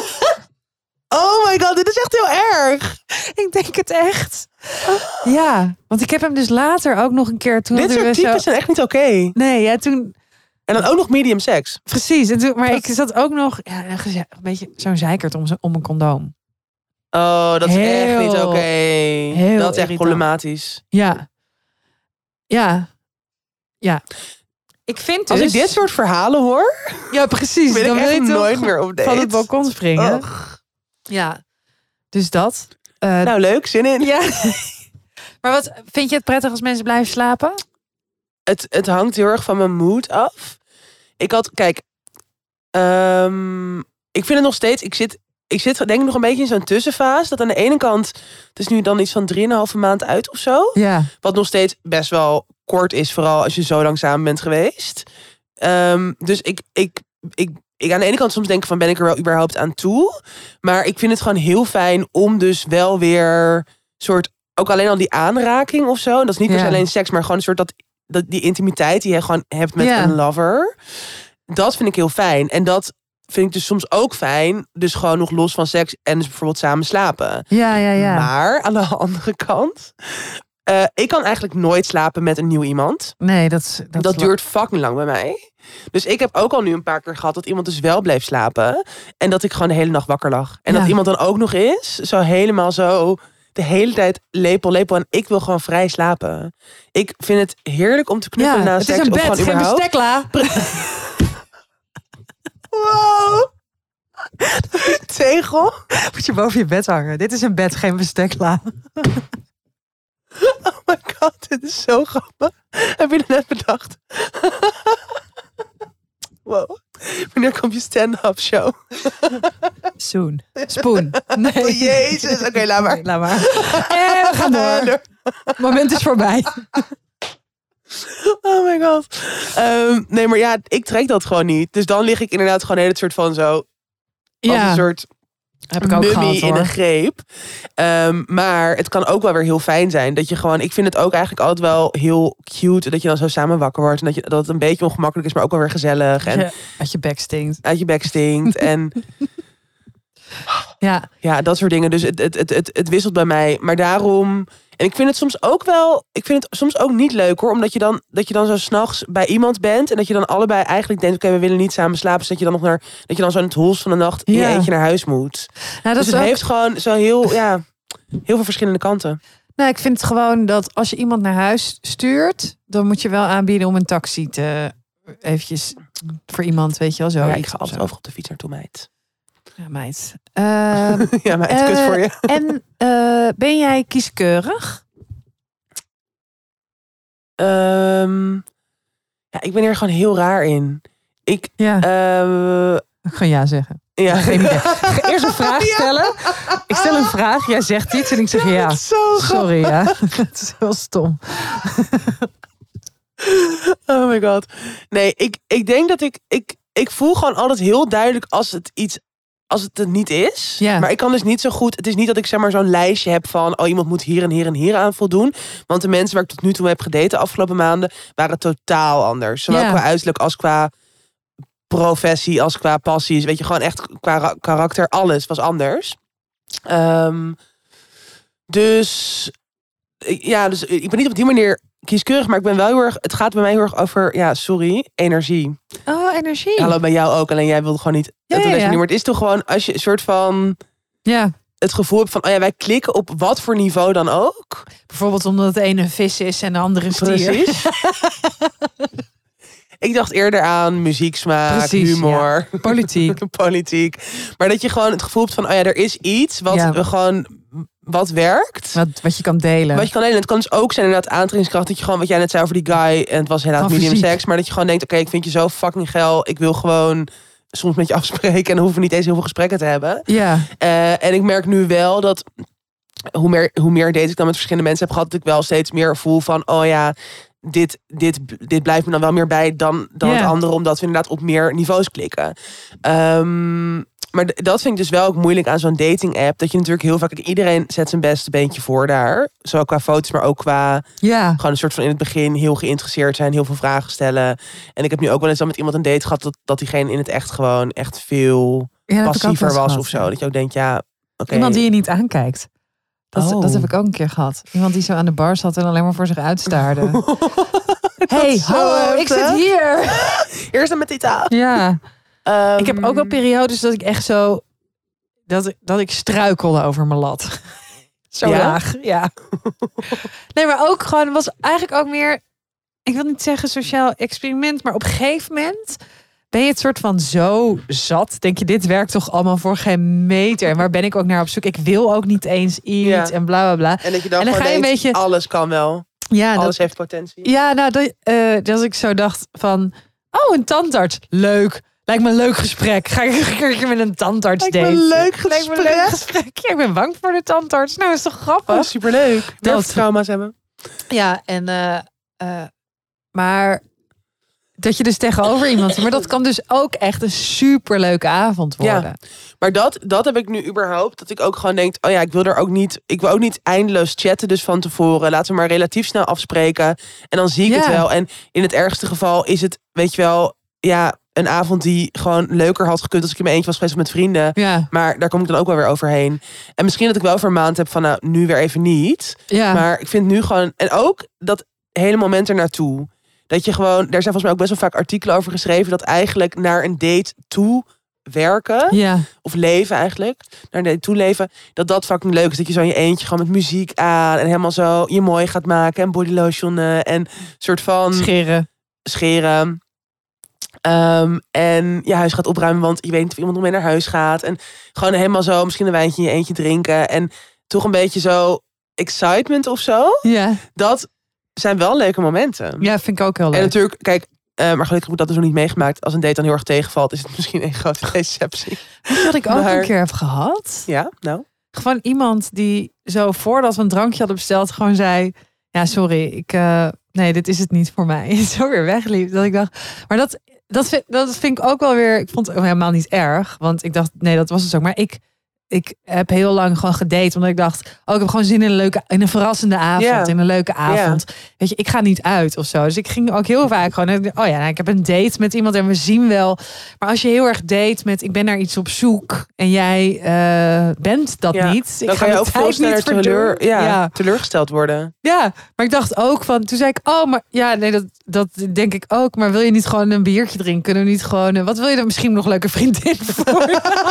Oh my god, dit is echt heel erg. Ik denk het echt. Ja, want ik heb hem dus later ook nog een keer... Toen dit soort types zo... zijn echt niet oké. Okay. Nee, ja, toen... En dan ook nog medium seks. Precies, en toen, maar dat... ik zat ook nog... Ja, een beetje zo'n zeikert om, om een condoom. Oh, dat is heel, echt niet oké. Okay. Dat is echt irritant. Problematisch. Ja. Ja. Ja. Ik vind dus... Als ik dit soort verhalen hoor... Ja, precies. Wil dan ik wil je echt toch nooit meer op date. Van het balkon springen. Och. Ja. Dus dat. Uh, nou, leuk. Zin in. Ja. Maar wat vind je het prettig als mensen blijven slapen? Het, het hangt heel erg van mijn mood af. Ik had... Kijk... Um, ik vind het nog steeds... Ik zit... Ik zit denk ik nog een beetje in zo'n tussenfase. Dat aan de ene kant... Het is nu dan iets van drieënhalve maand uit of zo. Ja. Wat nog steeds best wel kort is. Vooral als je zo lang samen bent geweest. Um, dus ik, ik, ik, ik aan de ene kant soms denk van... Ben ik er wel überhaupt aan toe? Maar ik vind het gewoon heel fijn om dus wel weer... soort ook alleen al die aanraking of zo. En dat is niet per se ja. alleen seks. Maar gewoon een soort dat, dat die intimiteit die je gewoon hebt met ja. een lover. Dat vind ik heel fijn. En dat... vind ik dus soms ook fijn. Dus gewoon nog los van seks en dus bijvoorbeeld samen slapen. Ja, ja, ja. Maar aan de andere kant... Uh, ik kan eigenlijk nooit slapen met een nieuw iemand. Nee, dat... Dat, dat duurt fucking lang bij mij. Dus ik heb ook al nu een paar keer gehad... dat iemand dus wel bleef slapen. En dat ik gewoon de hele nacht wakker lag. En ja. dat iemand dan ook nog is... zo helemaal zo... de hele tijd lepel, lepel. En ik wil gewoon vrij slapen. Ik vind het heerlijk om te knuffelen ja, na seks. Het is een bed, geen bestekla. Wow. Tegel. Moet je boven je bed hangen. Dit is een bed, geen bestekla. Oh my god, dit is zo grappig. Heb je het net bedacht? Wow. Wanneer komt je stand-up show? Soon. Spoon. Nee. Oh, jezus. Oké, okay, laat maar. Nee, laat maar. En we gaan door. Het moment is voorbij. Oh my god. Um, nee, maar ja, ik trek dat gewoon niet. Dus dan lig ik inderdaad gewoon een hele soort van zo... Ja. Als een soort heb ik ook gehad, in een greep. Um, maar het kan ook wel weer heel fijn zijn. Dat je gewoon... Ik vind het ook eigenlijk altijd wel heel cute... dat je dan zo samen wakker wordt. En dat, je, dat het een beetje ongemakkelijk is, maar ook wel weer gezellig. En ja, uit je bek stinkt. Uit je bek stinkt. en... Ja. Ja, dat soort dingen. Dus het, het, het, het, het wisselt bij mij. Maar daarom... En ik vind het soms ook wel... Ik vind het soms ook niet leuk hoor. Omdat je dan, dat je dan zo 's nachts bij iemand bent. En dat je dan allebei eigenlijk denkt... Oké, okay, we willen niet samen slapen. Dus dat je dan nog naar... Dat je dan zo in het hols van de nacht in ja. je eentje naar huis moet. Nou, dat dus het ook... heeft gewoon zo heel... Ja, heel veel verschillende kanten. Nou, ik vind het gewoon dat als je iemand naar huis stuurt... Dan moet je wel aanbieden om een taxi te... Eventjes voor iemand, weet je wel. Zo. Ja, ik ga altijd over op de fiets naartoe, meid. Ja, meid. Uh, ja, meid, uh, kut voor je. En uh, ben jij kieskeurig? Um, ja, ik ben hier gewoon heel raar in. Ik... Ja. Uh, ik ga ja zeggen. Ja. Geen idee. Ik ga eerst een vraag stellen. Ja. Ik stel een vraag, jij zegt iets en ik zeg ja. ja. Zo Sorry, ja. Het is heel stom. Oh my god. Nee, ik, ik denk dat ik, ik... Ik voel gewoon altijd heel duidelijk als het iets... Als het het niet is. Ja. Maar ik kan dus niet zo goed... Het is niet dat ik zeg maar zo'n lijstje heb van... Oh, iemand moet hier en hier en hier aan voldoen. Want de mensen waar ik tot nu toe heb gedate de afgelopen maanden... waren totaal anders. Zowel ja. qua uiterlijk als qua professie... als qua passies. Weet je, gewoon echt qua karakter. Alles was anders. Um, dus... Ja, dus ik ben niet op die manier kieskeurig, maar ik ben wel heel erg... Het gaat bij mij heel erg over, ja, sorry, energie. Oh, energie. Hallo, bij jou ook. Alleen jij wilde gewoon niet... Ja, ja, ja. Maar het is toch gewoon als je een soort van... Ja. Het gevoel hebt van, oh ja, wij klikken op wat voor niveau dan ook. Bijvoorbeeld omdat de ene een vis is en de andere een stier. Precies. Ik dacht eerder aan muzieksmaak, Precies, humor. Ja. Politiek. Politiek. Maar dat je gewoon het gevoel hebt van, oh ja, er is iets wat ja. we gewoon... Wat werkt. Wat, wat je kan delen. Wat je kan delen. Het kan dus ook zijn inderdaad aantrekkingskracht. Dat je gewoon, wat jij net zei over die guy. En het was helaas medium fysiek. Seks. Maar dat je gewoon denkt, oké, okay, ik vind je zo fucking geil. Ik wil gewoon soms met je afspreken. En dan hoeven we niet eens heel veel gesprekken te hebben. Ja. Uh, en ik merk nu wel dat... Hoe meer, hoe meer dates ik dan met verschillende mensen heb gehad. Dat ik wel steeds meer voel van, oh ja... Dit, dit, dit blijft me dan wel meer bij dan, dan yeah. het andere. Omdat we inderdaad op meer niveaus klikken. Um, maar d- dat vind ik dus wel ook moeilijk aan zo'n dating app. Dat je natuurlijk heel vaak... Iedereen zet zijn beste beentje voor daar. Zowel qua foto's, maar ook qua... Yeah. Gewoon een soort van in het begin heel geïnteresseerd zijn. Heel veel vragen stellen. En ik heb nu ook wel eens dan met iemand een date gehad... dat, dat diegene in het echt gewoon echt veel ja, passiever was of zo. Dat je ook denkt, ja... Okay. Iemand die je niet aankijkt. Dat, oh. dat heb ik ook een keer gehad. Iemand die zo aan de bar zat en alleen maar voor zich uitstaarde. Hey, hallo, ik zit hier. Eerst dan met die taal. Ja. Um, ik heb ook wel periodes dat ik echt zo... Dat ik, dat ik struikelde over mijn lat. Zo ja? laag, ja. Nee, maar ook gewoon... Het was eigenlijk ook meer... Ik wil niet zeggen sociaal experiment, maar op een gegeven moment... Ben je het soort van zo zat? Denk je, dit werkt toch allemaal voor geen meter? En waar ben ik ook naar op zoek? Ik wil ook niet eens iets ja. en bla bla bla. En dat je dan, en dan ga je een beetje... Alles kan wel. Ja, alles dat, heeft potentie. Ja, nou, dat, uh, dat ik zo dacht van... Oh, een tandarts. Leuk. Lijkt me een leuk gesprek. Ga ik een keertje met een tandarts daten? Lijkt me een leuk gesprek. Lijkt me een leuk gesprek. Ja, ik ben bang voor de tandarts. Nou, is toch grappig? Oh, superleuk. Dat trauma's hebben. Ja, en... Uh, uh, maar... Dat je dus tegenover iemand... Maar dat kan dus ook echt een superleuke avond worden. Ja, maar dat, dat heb ik nu überhaupt. Dat ik ook gewoon denk... Oh ja, ik wil er ook niet... Ik wil ook niet eindeloos chatten dus van tevoren. Laten we maar relatief snel afspreken. En dan zie ik ja. het wel. En in het ergste geval is het... Weet je wel... Ja, een avond die gewoon leuker had gekund... als ik in mijn eentje was geweest met vrienden. Ja. Maar daar kom ik dan ook wel weer overheen. En misschien dat ik wel voor een maand heb van... Nou, nu weer even niet. Ja. Maar ik vind nu gewoon... En ook dat hele moment ernaartoe... Dat je gewoon, daar zijn volgens mij ook best wel vaak artikelen over geschreven... dat eigenlijk naar een date toe werken... Ja. of leven eigenlijk, naar een date toe leven... dat dat fucking leuk is. Dat je zo in je eentje gewoon met muziek aan... en helemaal zo je mooi gaat maken en bodylotionen... en soort van... Scheren. Scheren. Um, en je huis gaat opruimen, want je weet niet of iemand nog mee naar huis gaat. En gewoon helemaal zo, misschien een wijntje in je eentje drinken... en toch een beetje zo excitement of zo. Ja. Dat... zijn wel leuke momenten. Ja, vind ik ook heel leuk. En natuurlijk, kijk, uh, maar gelukkig heb ik dat dus nog niet meegemaakt. Als een date dan heel erg tegenvalt, is het misschien een grote deceptie. Weet je wat ik ook maar... een keer heb gehad? Ja, nou? Gewoon iemand die zo voordat we een drankje hadden besteld, gewoon zei... Ja, sorry, ik, uh, nee, dit is het niet voor mij. Zo weer wegliep. Dat ik dacht, maar dat, dat, vind, dat vind ik ook wel weer... Ik vond het helemaal niet erg. Want ik dacht, nee, dat was het ook. Maar ik... Ik heb heel lang gewoon gedate. Omdat ik dacht, oh, ik heb gewoon zin in een leuke, in een verrassende avond. Yeah. In een leuke avond. Yeah. Weet je, ik ga niet uit of zo. Dus ik ging ook heel vaak gewoon, oh ja, nou, ik heb een date met iemand en we zien wel. Maar als je heel erg date met, ik ben naar iets op zoek. En jij uh, bent dat ja. niet. Ik dan ga kan je ook veel sneller teleur, ja, ja. teleurgesteld worden. Ja, maar ik dacht ook van, toen zei ik, oh, maar ja, nee, dat, dat denk ik ook. Maar wil je niet gewoon een biertje drinken? Kunnen we niet gewoon, wat wil je dan misschien nog leuke vriendin voor?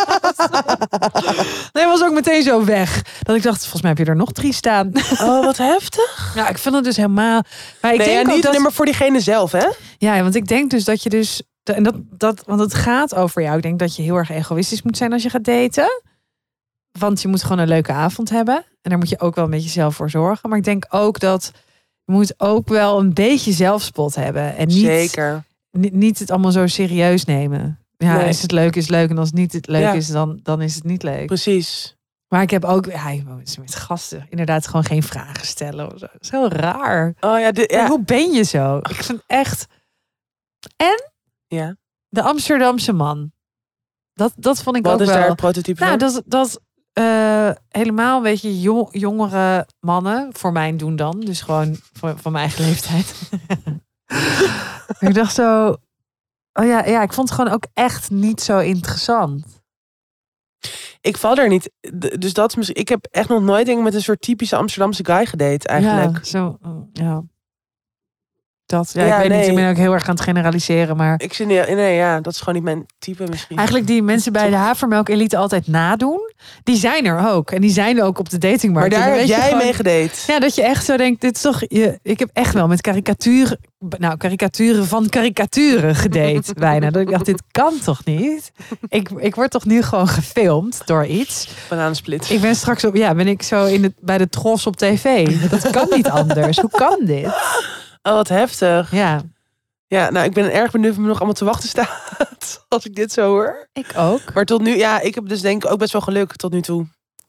Nee, was ook meteen zo weg. Dat ik dacht, volgens mij heb je er nog drie staan. Oh, wat heftig. Ja, ik vind het dus helemaal... Maar ik nee, denk ja, niet dat... alleen maar voor diegene zelf, hè? Ja, want ik denk dus dat je dus... En dat, dat, want het gaat over jou. Ik denk dat je heel erg egoïstisch moet zijn als je gaat daten. Want je moet gewoon een leuke avond hebben. En daar moet je ook wel een beetje zelf voor zorgen. Maar ik denk ook dat je moet ook wel een beetje zelfspot hebben. En niet, Zeker. Niet, niet het allemaal zo serieus nemen. Ja, Nee. is het leuk, is leuk. En als het niet het leuk Ja. is, dan, dan is het niet leuk. Precies. Maar ik heb ook ja, met gasten inderdaad gewoon geen vragen stellen. Of zo. Zo raar. Oh ja, de, ja. Hoe ben je zo? Ik vind echt... En ja. de Amsterdamse man. Dat, dat vond ik Wat ook is wel... daar het prototype Nou, van? dat, dat uh, helemaal, weet je, jong, jongere mannen, voor mij doen dan. Dus gewoon van, van mijn eigen leeftijd. Ik dacht zo... Oh ja, ja, ik vond het gewoon ook echt niet zo interessant. Ik val er niet. Dus dat is misschien... Ik heb echt nog nooit denk ik, met een soort typische Amsterdamse guy gedate eigenlijk. Ja, zo, ja. Dat, ja, Ja, ik weet nee. niet, ik ben ook heel erg aan het generaliseren, maar... Ik zie niet, nee, ja, dat is gewoon niet mijn type misschien. Eigenlijk die mensen bij de Havermelk Elite altijd nadoen, die zijn er ook. En die zijn er ook op de datingmarkt. Maar daar heb weet jij gewoon, mee gedate. Ja, dat je echt zo denkt, dit is toch... Je, ik heb echt wel met karikaturen... Nou, karikaturen van karikaturen gedate bijna. Dat ik dacht, dit kan toch niet? Ik, ik word toch nu gewoon gefilmd door iets. Bananensplit. Ik ben straks op... Ja, ben ik zo in het, bij de Tros op tv. Dat kan niet anders. Hoe kan dit? Oh, wat heftig. Ja. Ja, nou, ik ben erg benieuwd of me nog allemaal te wachten staat. Als ik dit zo hoor. Ik ook. Maar tot nu, ja, ik heb dus denk ik ook best wel geluk tot nu toe.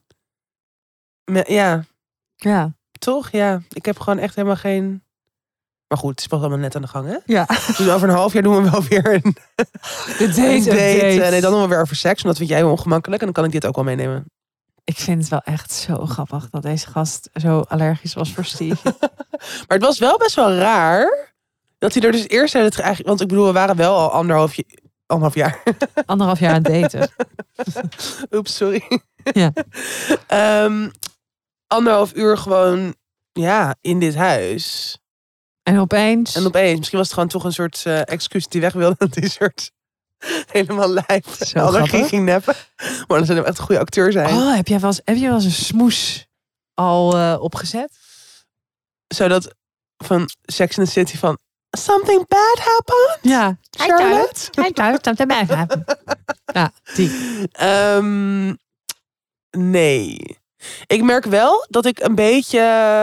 Me, ja. Ja. Toch? Ja. Ik heb gewoon echt helemaal geen... Maar goed, het is pas allemaal net aan de gang, hè? Ja. Dus over een half jaar doen we wel weer een, De date, een date. date. Nee, dan doen we weer over seks. Want dat vind jij heel ongemakkelijk. En dan kan ik dit ook wel meenemen. Ik vind het wel echt zo grappig dat deze gast zo allergisch was voor Steve. Maar het was wel best wel raar dat hij er dus eerst uit het eigenlijk, want ik bedoel, we waren wel al anderhalf, anderhalf jaar. Anderhalf jaar aan het daten. Oeps, sorry. Ja. um, anderhalf uur gewoon, ja, in dit huis. En opeens. En opeens, misschien was het gewoon toch een soort uh, excuus dat hij weg wilde, dat hij soort helemaal lijf Zo allergie grappig. ging neppen. Maar dan zou hij echt een goede acteur zijn. Oh, heb jij wel eens, heb je wel eens een smoes al uh, opgezet? Zodat van Sex and the City van something bad happened? Ja. Charlotte? Hij thuis, something bad happened. Ja, die. Um, nee. Ik merk wel dat ik een beetje...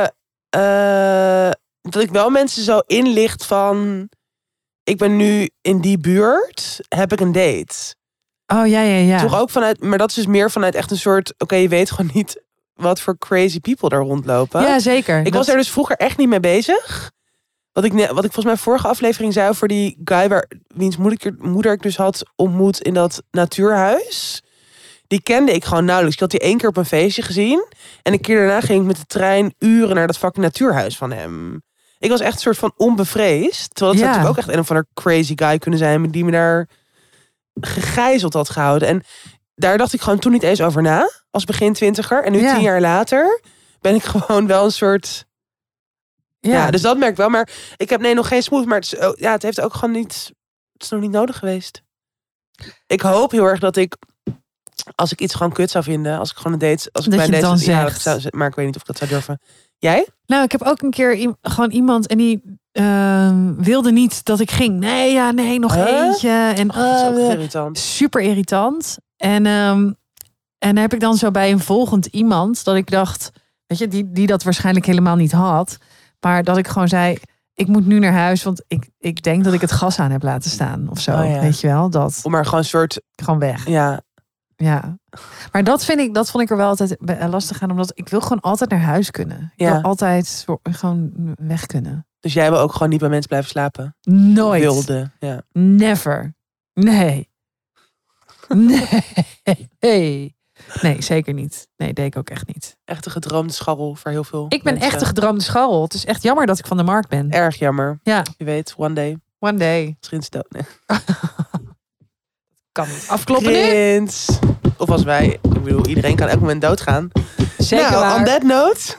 Uh, dat ik wel mensen zo inlicht van... Ik ben nu in die buurt. Heb ik een date. Oh, ja, ja, ja. Toch ook vanuit... Maar dat is dus meer vanuit echt een soort... Oké, okay, je weet gewoon niet wat voor crazy people daar rondlopen. Ja, zeker. Ik dat... was er dus vroeger echt niet mee bezig. Wat ik, wat ik volgens mij vorige aflevering zei over die guy... Waar, wiens moeder, moeder ik dus had ontmoet in dat natuurhuis... Die kende ik gewoon nauwelijks. Ik had die één keer op een feestje gezien. En een keer daarna ging ik met de trein uren naar dat fucking natuurhuis van hem. Ik was echt een soort van onbevreesd. Terwijl het ja. natuurlijk ook echt een of andere crazy guy kunnen zijn... die me daar gegijzeld had gehouden. En daar dacht ik gewoon toen niet eens over na. Als begin twintiger. En nu ja. tien jaar later ben ik gewoon wel een soort... Ja, ja dus dat merk ik wel. Maar ik heb nee nog geen smooth. Maar het, is, ja, het heeft ook gewoon niet... Het is nog niet nodig geweest. Ik hoop heel erg dat ik... Als ik iets gewoon kut zou vinden, als ik gewoon een date, als ik dat bij je een date, dan ja, zegt. Dat zou, maar ik weet niet of ik dat zou durven. Jij? Nou, ik heb ook een keer i- gewoon iemand en die uh, wilde niet dat ik ging. Nee, ja, nee, nog huh? eentje. En oh, dat is ook uh, irritant. Super irritant. En um, en heb ik dan zo bij een volgend iemand dat ik dacht, weet je, die die dat waarschijnlijk helemaal niet had, maar dat ik gewoon zei. Ik moet nu naar huis, want ik, ik denk dat ik het gas aan heb laten staan of zo. Oh, ja. Weet je wel? Dat. Om maar gewoon een soort... Gewoon weg. Ja. Ja. Maar dat vind ik, dat vond ik er wel altijd lastig aan. Omdat ik wil gewoon altijd naar huis kunnen. Ik ja. wil altijd gewoon weg kunnen. Dus jij wil ook gewoon niet bij mensen blijven slapen? Nooit. Wilde, ja. Never. Nee. Nee. Nee, zeker niet. Nee, deed ik ook echt niet. Echt een gedroomde scharrel voor heel veel Ik ben mensen. echt een gedroomde scharrel. Het is echt jammer dat ik van de markt ben. Erg jammer. Ja. Je weet, one day. One day. Misschien stel. Nee. Kan niet. Afkloppen Prins. nu? Of als wij. Ik bedoel, iedereen kan elk moment doodgaan. Zeker nou, waar. On that note.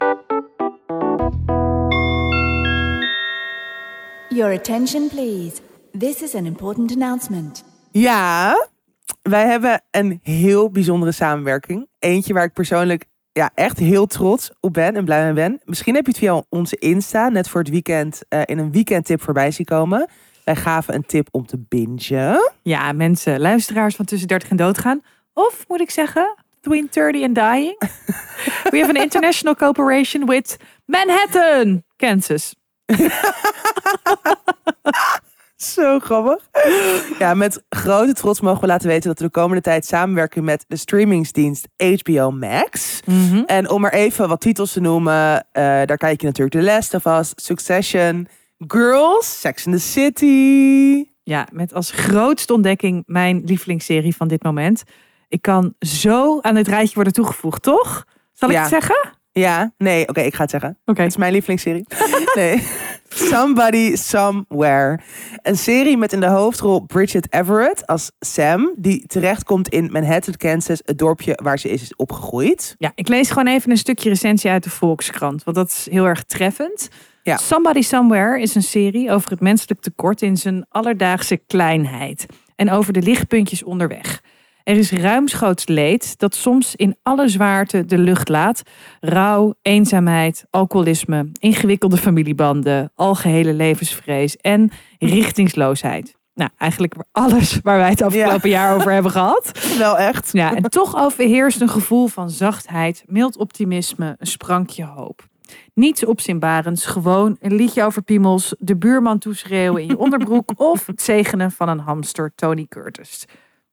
Your attention please. This is an important announcement. Ja, wij hebben een heel bijzondere samenwerking. Eentje waar ik persoonlijk ja, echt heel trots op ben en blij mee ben. Misschien heb je het via onze Insta net voor het weekend uh, in een weekendtip voorbij zien komen. Wij gaven een tip om te bingen. Ja, mensen, luisteraars van tussen dertig en doodgaan. Of moet ik zeggen, between thirty and dying. We have an international cooperation with Manhattan, Kansas. Zo grappig. Ja, met grote trots mogen we laten weten dat we de komende tijd samenwerken met de streamingsdienst H B O Max. Mm-hmm. En om maar even wat titels te noemen, uh, daar kijk je natuurlijk The Last of Us, Succession, Girls, Sex and the City. Ja, met als grootste ontdekking mijn lievelingsserie van dit moment. Ik kan zo aan dit rijtje worden toegevoegd, toch? Zal ik Ja. het zeggen? Ja, nee, oké, okay, ik ga het zeggen. Oké. Het is mijn lievelingsserie. Nee. Somebody Somewhere. Een serie met in de hoofdrol Bridget Everett als Sam, die terechtkomt in Manhattan, Kansas, het dorpje waar ze is opgegroeid. Ja, ik lees gewoon even een stukje recensie uit de Volkskrant, want dat is heel erg treffend. Ja. Somebody Somewhere is een serie over het menselijk tekort in zijn alledaagse kleinheid en over de lichtpuntjes onderweg. Er is ruimschoots leed dat soms in alle zwaarte de lucht laat. Rouw, eenzaamheid, alcoholisme, ingewikkelde familiebanden, algehele levensvrees en richtingsloosheid. Nou, eigenlijk alles waar wij het afgelopen ja. jaar over hebben gehad. Wel echt. Ja, en toch overheerst een gevoel van zachtheid, mild optimisme, een sprankje hoop. Niets opzienbarends, gewoon een liedje over piemels, de buurman toeschreeuwen in je onderbroek of het zegenen van een hamster, Tony Curtis.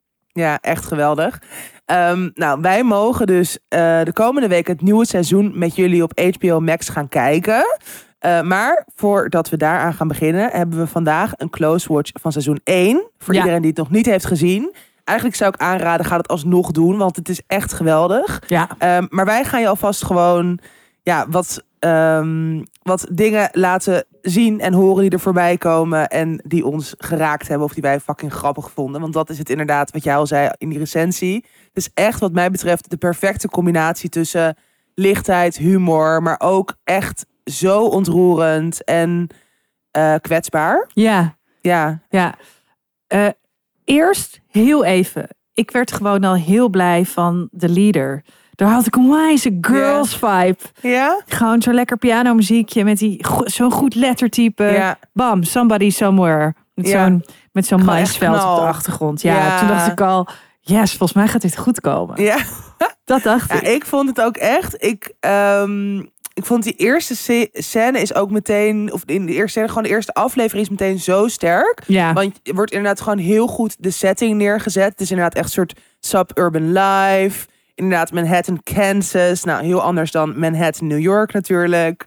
Ja, echt geweldig. Um, nou, wij mogen dus uh, de komende week het nieuwe seizoen met jullie op H B O Max gaan kijken. Uh, maar voordat we daaraan gaan beginnen, hebben we vandaag een close watch van seizoen één. Voor ja. iedereen die het nog niet heeft gezien. Eigenlijk zou ik aanraden, ga het alsnog doen, want het is echt geweldig. Ja. Um, maar wij gaan je alvast gewoon ja, wat, um, wat dingen laten zien en horen die er voorbij komen en die ons geraakt hebben of die wij fucking grappig vonden. Want dat is het inderdaad wat jij al zei in die recensie. Het is echt wat mij betreft de perfecte combinatie tussen lichtheid, humor, maar ook echt zo ontroerend en uh, kwetsbaar. Ja. Ja. Ja. Uh, eerst heel even. Ik werd gewoon al heel blij van de leader. Daar had ik een wijze girls vibe. Ja? Gewoon zo'n lekker pianomuziekje met die zo'n goed lettertype. Ja. Bam, Somebody Somewhere. Met ja. zo'n, met zo'n maisveld op de achtergrond. Ja, ja, toen dacht ik al, yes, volgens mij gaat dit goed komen. Ja. Dat dacht ja, ik. Ik vond het ook echt. Ik, um, ik vond die eerste scène is ook meteen, of in de eerste scène, gewoon de eerste aflevering is meteen zo sterk. Ja. Want er wordt inderdaad gewoon heel goed de setting neergezet. Het is inderdaad echt een soort suburban life. Inderdaad, Manhattan, Kansas. Nou, heel anders dan Manhattan, New York natuurlijk.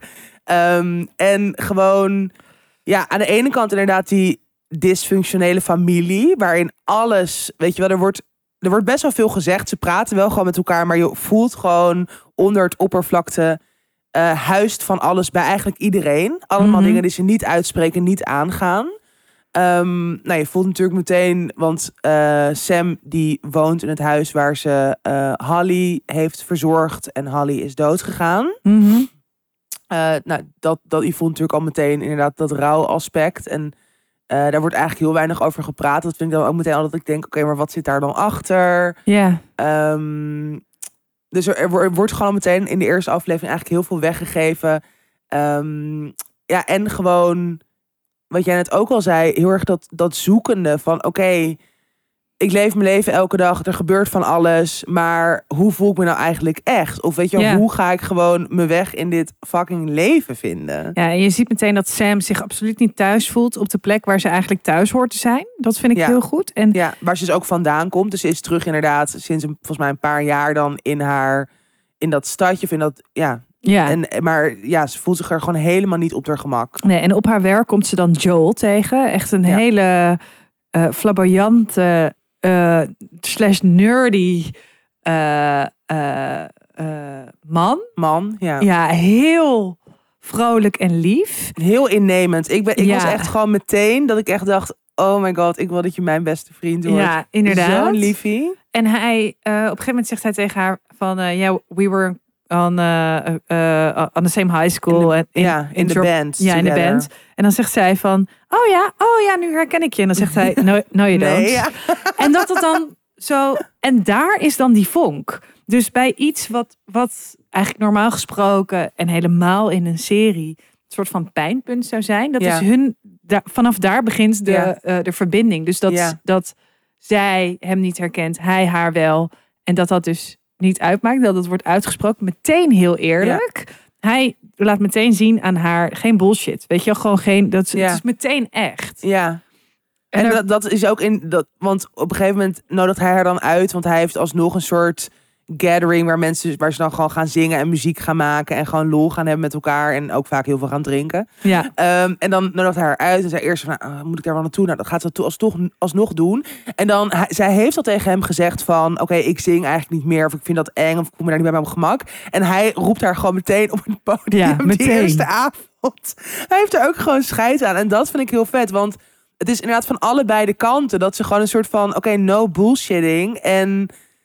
Um, en gewoon, ja, aan de ene kant inderdaad die dysfunctionele familie, waarin alles, weet je wel, er wordt, er wordt best wel veel gezegd. Ze praten wel gewoon met elkaar, maar je voelt gewoon onder het oppervlakte uh, huist van alles bij eigenlijk iedereen. Allemaal mm-hmm. dingen die ze niet uitspreken, niet aangaan. Um, nou, je voelt natuurlijk meteen, want uh, Sam die woont in het huis waar ze uh, Holly heeft verzorgd en Holly is doodgegaan. Mm-hmm. Uh, nou, dat, dat, je voelt natuurlijk al meteen inderdaad dat rouwaspect. En uh, daar wordt eigenlijk heel weinig over gepraat. Dat vind ik dan ook meteen al dat ik denk, oké, okay, maar wat zit daar dan achter? Ja. Yeah. Um, dus er, er wordt gewoon meteen in de eerste aflevering eigenlijk heel veel weggegeven. Um, ja, en gewoon, wat jij net ook al zei, heel erg dat, dat zoekende van oké, okay, ik leef mijn leven elke dag, er gebeurt van alles, maar hoe voel ik me nou eigenlijk echt? Of weet je, yeah. hoe ga ik gewoon mijn weg in dit fucking leven vinden? Ja, en je ziet meteen dat Sam zich absoluut niet thuis voelt op de plek waar ze eigenlijk thuis hoort te zijn. Dat vind ik ja. heel goed. En ja, waar ze dus ook vandaan komt. Dus ze is terug inderdaad sinds een, volgens mij een paar jaar dan in haar, in dat stadje, of in dat, ja... Ja. En, maar ja, ze voelt zich er gewoon helemaal niet op haar gemak. Nee, en op haar werk komt ze dan Joel tegen. Echt een ja. hele uh, flamboyante uh, slash nerdy uh, uh, uh, man. Man, ja. Ja, heel vrolijk en lief. Heel innemend. Ik, ben, ik ja. was echt gewoon meteen dat ik echt dacht, oh my god, ik wil dat je mijn beste vriend wordt. Ja, inderdaad. Zo'n liefie. En hij, uh, op een gegeven moment zegt hij tegen haar van, ja, uh, yeah, we were... On, uh, uh, on the same high school. In de, in, ja, in de band. Ja, in de band. En dan zegt zij van, oh ja, oh ja, nu herken ik je. En dan zegt hij, no, no you don't. Nee, ja. En dat het dan zo... En daar is dan die vonk. Dus bij iets wat, wat eigenlijk normaal gesproken en helemaal in een serie een soort van pijnpunt zou zijn. Dat ja. is hun... Da, vanaf daar begint de, ja. uh, de verbinding. Dus dat, ja. dat zij hem niet herkent, hij haar wel. En dat dat dus... niet uitmaakt, dat het wordt uitgesproken meteen heel eerlijk. Ja. Hij laat meteen zien aan haar, geen bullshit. Weet je wel, gewoon geen, dat Ja. het is meteen echt. Ja. En, En er- dat, dat is ook in dat, want op een gegeven moment nodigt hij haar dan uit, want hij heeft alsnog een soort gathering waar mensen, waar ze dan gewoon gaan zingen en muziek gaan maken en gewoon lol gaan hebben met elkaar en ook vaak heel veel gaan drinken. Ja, Um, en dan nodigt hij haar uit en zij eerst van, nou, moet ik daar wel naartoe? Nou, dat gaat ze to- alsnog, alsnog doen. En dan, hij, zij heeft al tegen hem gezegd van, oké, ik zing eigenlijk niet meer, of ik vind dat eng, of ik kom me daar niet bij mijn gemak. En hij roept haar gewoon meteen op het podium Ja, die meteen. eerste avond. Hij heeft er ook gewoon scheid aan. En dat vind ik heel vet, want het is inderdaad van allebei de kanten dat ze gewoon een soort van, oké, no bullshitting. En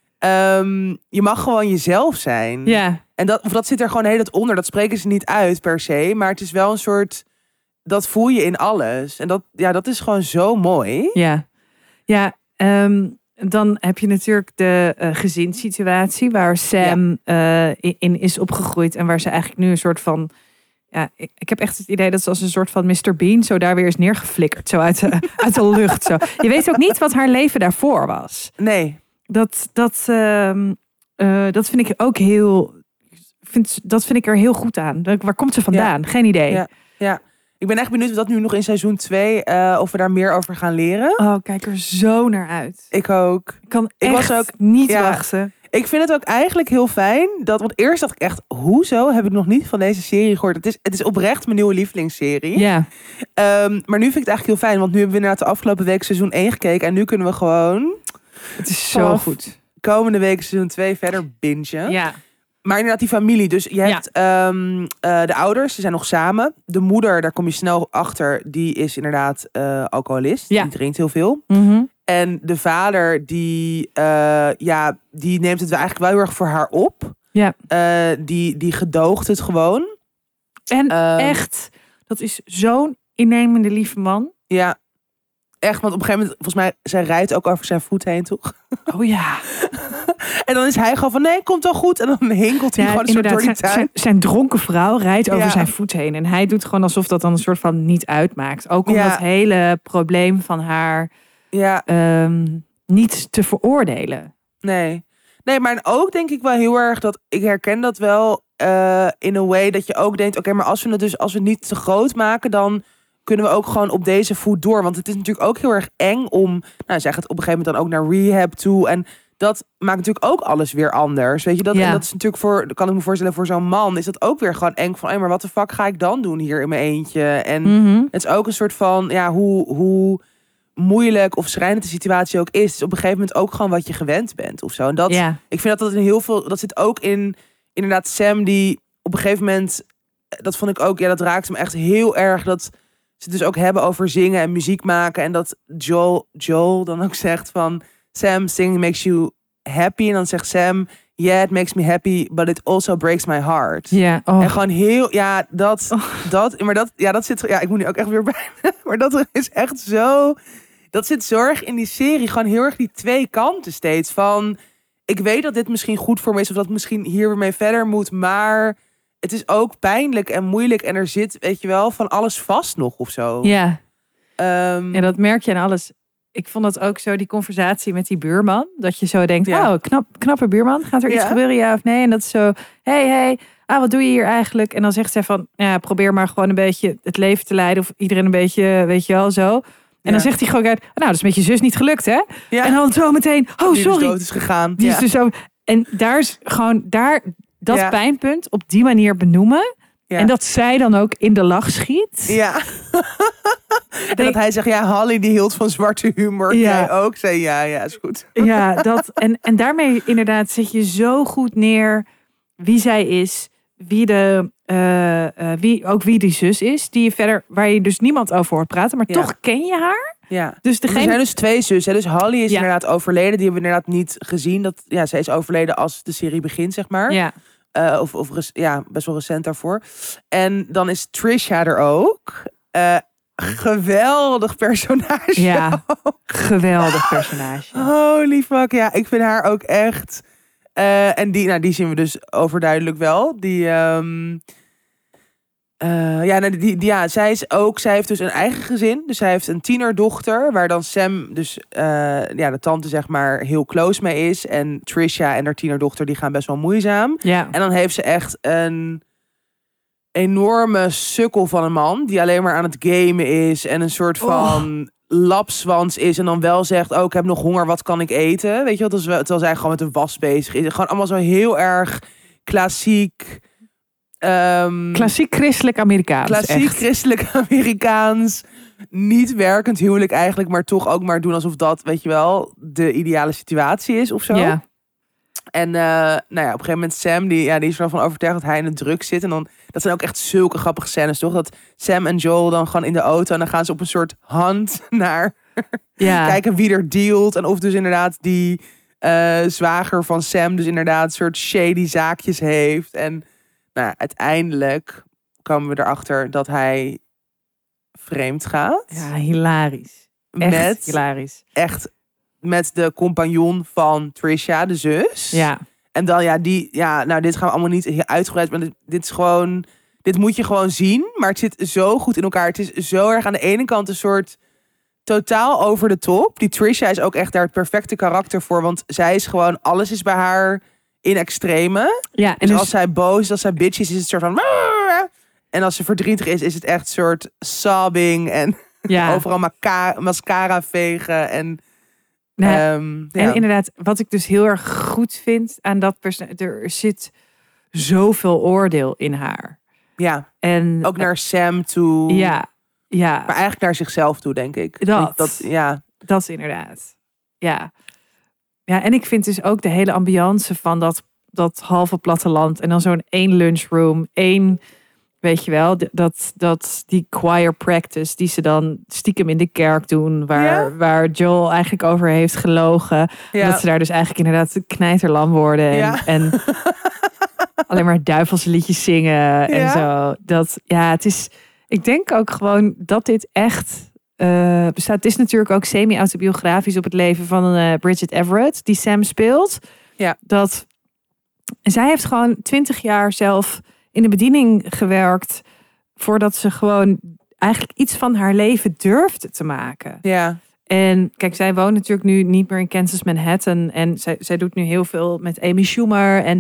um, je mag gewoon jezelf zijn. ja, En dat, of dat zit er gewoon heel het onder. Dat spreken ze niet uit per se. Maar het is wel een soort, dat voel je in alles. En dat, ja, dat is gewoon zo mooi. ja. Ja, ehm, dan heb je natuurlijk de uh, gezinssituatie waar Sam uh, in, in is opgegroeid. En waar ze eigenlijk nu een soort van... Ja, ik, ik heb echt het idee dat ze als een soort van mister Bean zo daar weer is neergeflikkerd. Zo uit de, uit de lucht. Zo. Je weet ook niet wat haar leven daarvoor was. Nee. Dat, dat, ehm, uh, dat vind ik ook heel... Vind, dat vind ik er heel goed aan. Waar komt ze vandaan? Ja. Geen idee. Ja, ja. Ik ben echt benieuwd of dat nu nog in seizoen twee... Uh, of we daar meer over gaan leren. Oh, kijk er zo naar uit. Ik ook. Ik kan ik echt was ook, niet ja, wachten. Ik vind het ook eigenlijk heel fijn. Dat, want eerst dacht ik echt, hoezo heb ik nog niet van deze serie gehoord? Het is, het is oprecht mijn nieuwe lievelingsserie. Ja. Um, maar nu vind ik het eigenlijk heel fijn. Want nu hebben we inderdaad de afgelopen week seizoen één gekeken. En nu kunnen we gewoon... Het is zo goed. Komende week seizoen twee verder bingen. Ja. Maar inderdaad die familie. Dus je hebt ja. um, uh, de ouders, ze zijn nog samen. De moeder, daar kom je snel achter. Die is inderdaad uh, alcoholist. Ja. Die drinkt heel veel. Mm-hmm. En de vader, die, uh, ja, die neemt het wel eigenlijk wel heel erg voor haar op. Ja. Uh, die, die gedoogt het gewoon. En um, echt, dat is zo'n innemende lieve man. Ja. Echt, want op een gegeven moment, volgens mij, zij rijdt ook over zijn voet heen, toch? Oh ja. En dan is hij gewoon van, nee, komt wel goed. En dan hinkelt hij ja, gewoon een soort door die tuin. Zijn, zijn dronken vrouw rijdt over ja. zijn voet heen. En hij doet gewoon alsof dat dan een soort van niet uitmaakt. Ook om ja. dat hele probleem van haar ja. um, niet te veroordelen. Nee. Nee, maar ook denk ik wel heel erg dat, ik herken dat wel uh, in een way dat je ook denkt, oké, okay, maar als we het dus, als we het niet te groot maken, dan kunnen we ook gewoon op deze voet door. Want het is natuurlijk ook heel erg eng om, nou, zij gaat op een gegeven moment dan ook naar rehab toe. En dat maakt natuurlijk ook alles weer anders. Weet je, dat, ja. en dat is natuurlijk voor, kan ik me voorstellen, voor zo'n man is dat ook weer gewoon eng van, hey, maar wat de fuck ga ik dan doen hier in mijn eentje? En mm-hmm. het is ook een soort van, ja, hoe, hoe moeilijk of schrijnend de situatie ook is. Het is op een gegeven moment ook gewoon wat je gewend bent of zo. En dat, ja. ik vind dat dat in heel veel, dat zit ook in, inderdaad Sam die op een gegeven moment, dat vond ik ook, ja, dat raakte me echt heel erg, dat ze het dus ook hebben over zingen en muziek maken. En dat Joel, Joel dan ook zegt van, Sam, singing makes you happy. En dan zegt Sam, yeah, it makes me happy, but it also breaks my heart. Ja, oh. En gewoon heel, ja, dat, oh. dat, maar dat, ja, dat zit, ja, ik moet nu ook echt weer bij, maar dat is echt zo, dat zit zorg in die serie, gewoon heel erg die twee kanten steeds. Van, ik weet dat dit misschien goed voor me is, of dat misschien hier weer mee verder moet, maar het is ook pijnlijk en moeilijk en er zit, weet je wel, van alles vast nog of zo. Ja. Um, ja, dat merk je aan alles. Ik vond dat ook zo, die conversatie met die buurman. Dat je zo denkt, ja. oh, knap, knappe buurman. Gaat er iets ja. gebeuren, ja of nee? En dat is zo, hey, hey, ah, wat doe je hier eigenlijk? En dan zegt zij van, ja, probeer maar gewoon een beetje het leven te leiden. Of iedereen een beetje, weet je wel, zo. En ja. dan zegt hij gewoon uit, nou, dat is met je zus niet gelukt, hè? Ja. En dan zo meteen, oh, die sorry. Die dood is gegaan. Die ja. is dus zo, en daar is gewoon, daar, dat ja. pijnpunt op die manier benoemen. Ja. En dat zij dan ook in de lach schiet. Ja. En dat hij zegt, ja, Holly die hield van zwarte humor. Ja. Jij ook. Zei, ja, ja, is goed. Ja, dat, en, en daarmee inderdaad zet je zo goed neer wie zij is. Wie de, uh, uh, wie, ook wie die zus is. Die je verder, waar je dus niemand over hoort praten. Maar ja. toch ken je haar. Ja. Dus degene... Er zijn dus twee zussen. Dus Holly is ja. inderdaad overleden. Die hebben we inderdaad niet gezien. Dat, ja, zij is overleden als de serie begint, zeg maar. Ja. Uh, of of ja, best wel recent daarvoor. En dan is Trisha er ook. Uh, geweldig personage. Ja, geweldig personage. Holy fuck, ja. Ik vind haar ook echt... Uh, en die, nou, die zien we dus overduidelijk wel. Die... Um, uh, ja, nou, die, die, ja, zij is ook... Zij heeft dus een eigen gezin. Dus zij heeft een tienerdochter. Waar dan Sam, dus uh, ja, de tante zeg maar, heel close mee is. En Trisha en haar tienerdochter, die gaan best wel moeizaam. Ja. En dan heeft ze echt een... enorme sukkel van een man die alleen maar aan het gamen is en een soort van oh. lapswans is en dan wel zegt, oh, ik heb nog honger, wat kan ik eten? Weet je wat? Terwijl zij gewoon met een was bezig is. Gewoon allemaal zo heel erg klassiek. Um, klassiek christelijk Amerikaans. Klassiek echt. christelijk Amerikaans. Niet werkend huwelijk eigenlijk, maar toch ook maar doen alsof dat, weet je wel, de ideale situatie is of zo. Ja. En uh, nou ja, op een gegeven moment Sam, die, ja, die is ervan overtuigd dat hij in de druk zit. En dan, dat zijn ook echt zulke grappige scènes, toch? Dat Sam en Joel dan gewoon in de auto en dan gaan ze op een soort hunt naar ja. kijken wie er dealt. En of dus inderdaad die uh, zwager van Sam dus inderdaad een soort shady zaakjes heeft. En nou, uiteindelijk komen we erachter dat hij vreemd gaat. Ja, hilarisch. Echt met, hilarisch. Echt met de compagnon van Trisha, de zus. Ja. En dan ja, die, ja, nou dit gaan we allemaal niet uitgebreid, maar dit, dit is gewoon, dit moet je gewoon zien. Maar het zit zo goed in elkaar. Het is zo erg aan de ene kant een soort totaal over de top. Die Trisha is ook echt daar het perfecte karakter voor, want zij is gewoon, alles is bij haar in extreme. Ja, en dus, dus als zij boos is, als zij bitch is, is het soort van. En als ze verdrietig is, is het echt soort sobbing en ja. overal maca- mascara vegen en. Nou, um, ja. En inderdaad, wat ik dus heel erg goed vind aan dat persoon, er zit zoveel oordeel in haar. Ja. En ook naar Sam toe. Ja, ja. Maar eigenlijk naar zichzelf toe, denk ik. Dat, dat ja. Dat is inderdaad. Ja. Ja, en ik vind dus ook de hele ambiance van dat, dat halve platteland en dan zo'n één lunchroom, één. Weet je wel, dat, dat die choir practice die ze dan stiekem in de kerk doen, waar, ja. waar Joel eigenlijk over heeft gelogen. Ja. Dat ze daar dus eigenlijk inderdaad knijterlam worden en, ja. en alleen maar duivelsliedjes zingen en ja. zo. Dat, ja, het is, ik denk ook gewoon dat dit echt uh, bestaat. Het is natuurlijk ook semi-autobiografisch op het leven van uh, Bridget Everett, die Sam speelt. Ja. Dat, zij heeft gewoon twintig jaar zelf in de bediening gewerkt voordat ze gewoon eigenlijk iets van haar leven durfde te maken. Ja. En kijk, zij woont natuurlijk nu niet meer in Kansas, Manhattan. En zij, zij doet nu heel veel met Amy Schumer. En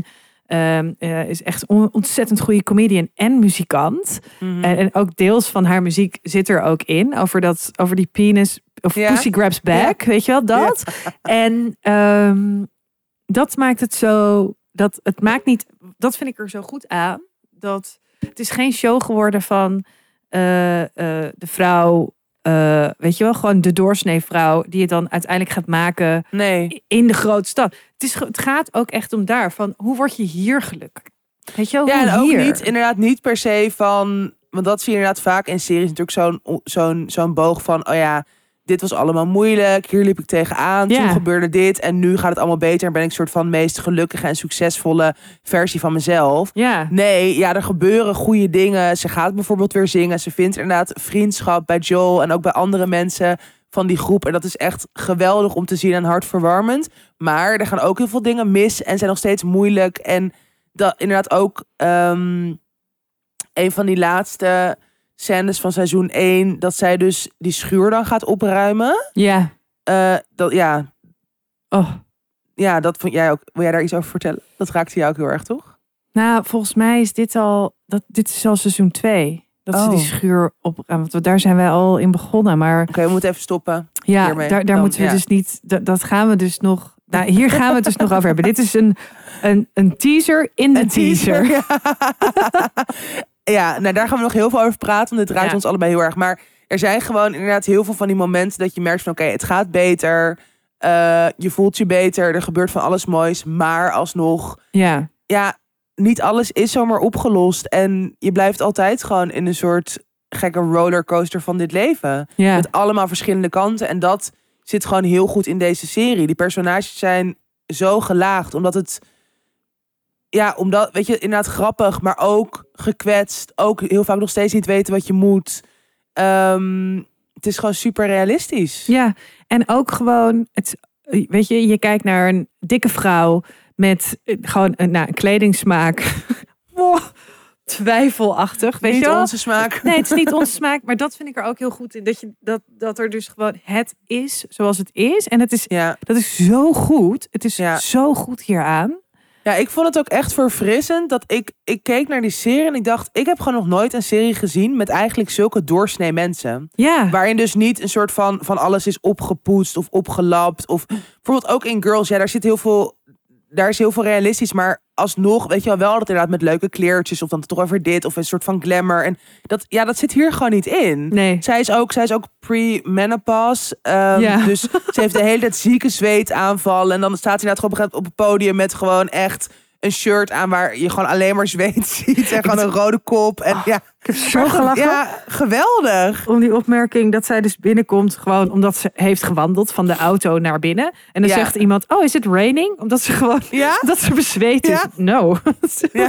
uh, is echt een ontzettend goede comedian en muzikant. Mm-hmm. En, en ook deels van haar muziek zit er ook in. Over, dat, over die penis, of ja. Pussy Grabs Back, ja. weet je wel, dat. Ja. En um, dat maakt het zo, dat het maakt niet, dat vind ik er zo goed aan. Dat het is geen show geworden van uh, uh, de vrouw, uh, weet je wel, gewoon de doorsnee vrouw die het dan uiteindelijk gaat maken nee. in de grote stad. Het, is, het gaat ook echt om daar, van hoe word je hier gelukkig? Weet je wel, ja, en hier? ook niet, inderdaad niet per se van, want dat zie je inderdaad vaak in series natuurlijk zo'n, zo'n, zo'n boog van, oh ja, dit was allemaal moeilijk, hier liep ik tegenaan, ja. toen gebeurde dit en nu gaat het allemaal beter en ben ik een soort van meest gelukkige en succesvolle versie van mezelf. Ja. Nee, ja, er gebeuren goede dingen. Ze gaat bijvoorbeeld weer zingen. Ze vindt inderdaad vriendschap bij Joel en ook bij andere mensen van die groep. En dat is echt geweldig om te zien en hartverwarmend. Maar er gaan ook heel veel dingen mis en zijn nog steeds moeilijk. En dat inderdaad ook um, een van die laatste scènes van seizoen één, dat zij dus die schuur dan gaat opruimen. Ja. Uh, dat, ja. Oh. Ja, dat vond jij ook. Wil jij daar iets over vertellen? Dat raakte jou ook heel erg, toch? Nou, volgens mij is dit al, dat, dit is al seizoen twee. Dat oh. ze die schuur opruimen. Want daar zijn wij al in begonnen. Maar Oké, okay, we moeten even stoppen. Ja, hiermee. daar, daar dan, moeten we ja. dus niet, dat, dat gaan we dus nog, nou, hier gaan we het dus nog over hebben. Dit is een, een, een teaser in de een teaser. teaser. Ja. Ja, nou daar gaan we nog heel veel over praten. Want dit raakt ja. ons allebei heel erg. Maar er zijn gewoon inderdaad heel veel van die momenten dat je merkt van oké, okay, het gaat beter. Uh, je voelt je beter. Er gebeurt van alles moois. Maar alsnog, ja, ja, niet alles is zomaar opgelost. En je blijft altijd gewoon in een soort gekke rollercoaster van dit leven. Ja. Met allemaal verschillende kanten. En dat zit gewoon heel goed in deze serie. Die personages zijn zo gelaagd. Omdat het... Ja, omdat, weet je, inderdaad grappig, maar ook gekwetst. Ook heel vaak nog steeds niet weten wat je moet. Um, het is gewoon super realistisch. Ja, en ook gewoon, het, weet je, je kijkt naar een dikke vrouw met gewoon een, nou, een kledingsmaak. Oh, twijfelachtig, weet niet je wel? Onze smaak. Nee, het is niet onze smaak, maar dat vind ik er ook heel goed in. Dat, je, dat, dat er dus gewoon het is zoals het is. En het is, ja. dat is zo goed. Het is ja. zo goed hieraan. Ja, ik vond het ook echt verfrissend dat ik, ik keek naar die serie en ik dacht, ik heb gewoon nog nooit een serie gezien met eigenlijk zulke doorsnee mensen. Ja. Waarin dus niet een soort van, van alles is opgepoetst of opgelapt. Of bijvoorbeeld ook in Girls, ja, daar zit heel veel, daar is heel veel realistisch, maar alsnog, weet je wel, wel dat inderdaad met leuke kleertjes of dan toch over dit of een soort van glamour. En dat, ja, dat zit hier gewoon niet in. Nee. Zij is ook, zij is ook pre-menopause. Um, Ja. Dus ze heeft de hele tijd zieke zweetaanvallen. En dan staat ze inderdaad gewoon op het podium met gewoon echt een shirt aan waar je gewoon alleen maar zweet ziet. En gewoon een rode kop. En ja, Ik heb zo gelachen. ja, geweldig. Om die opmerking dat zij dus binnenkomt, gewoon omdat ze heeft gewandeld van de auto naar binnen. En dan Ja. zegt iemand, oh, is het raining? Omdat ze gewoon, Ja? dat ze bezweet is. Ja. No. Ja.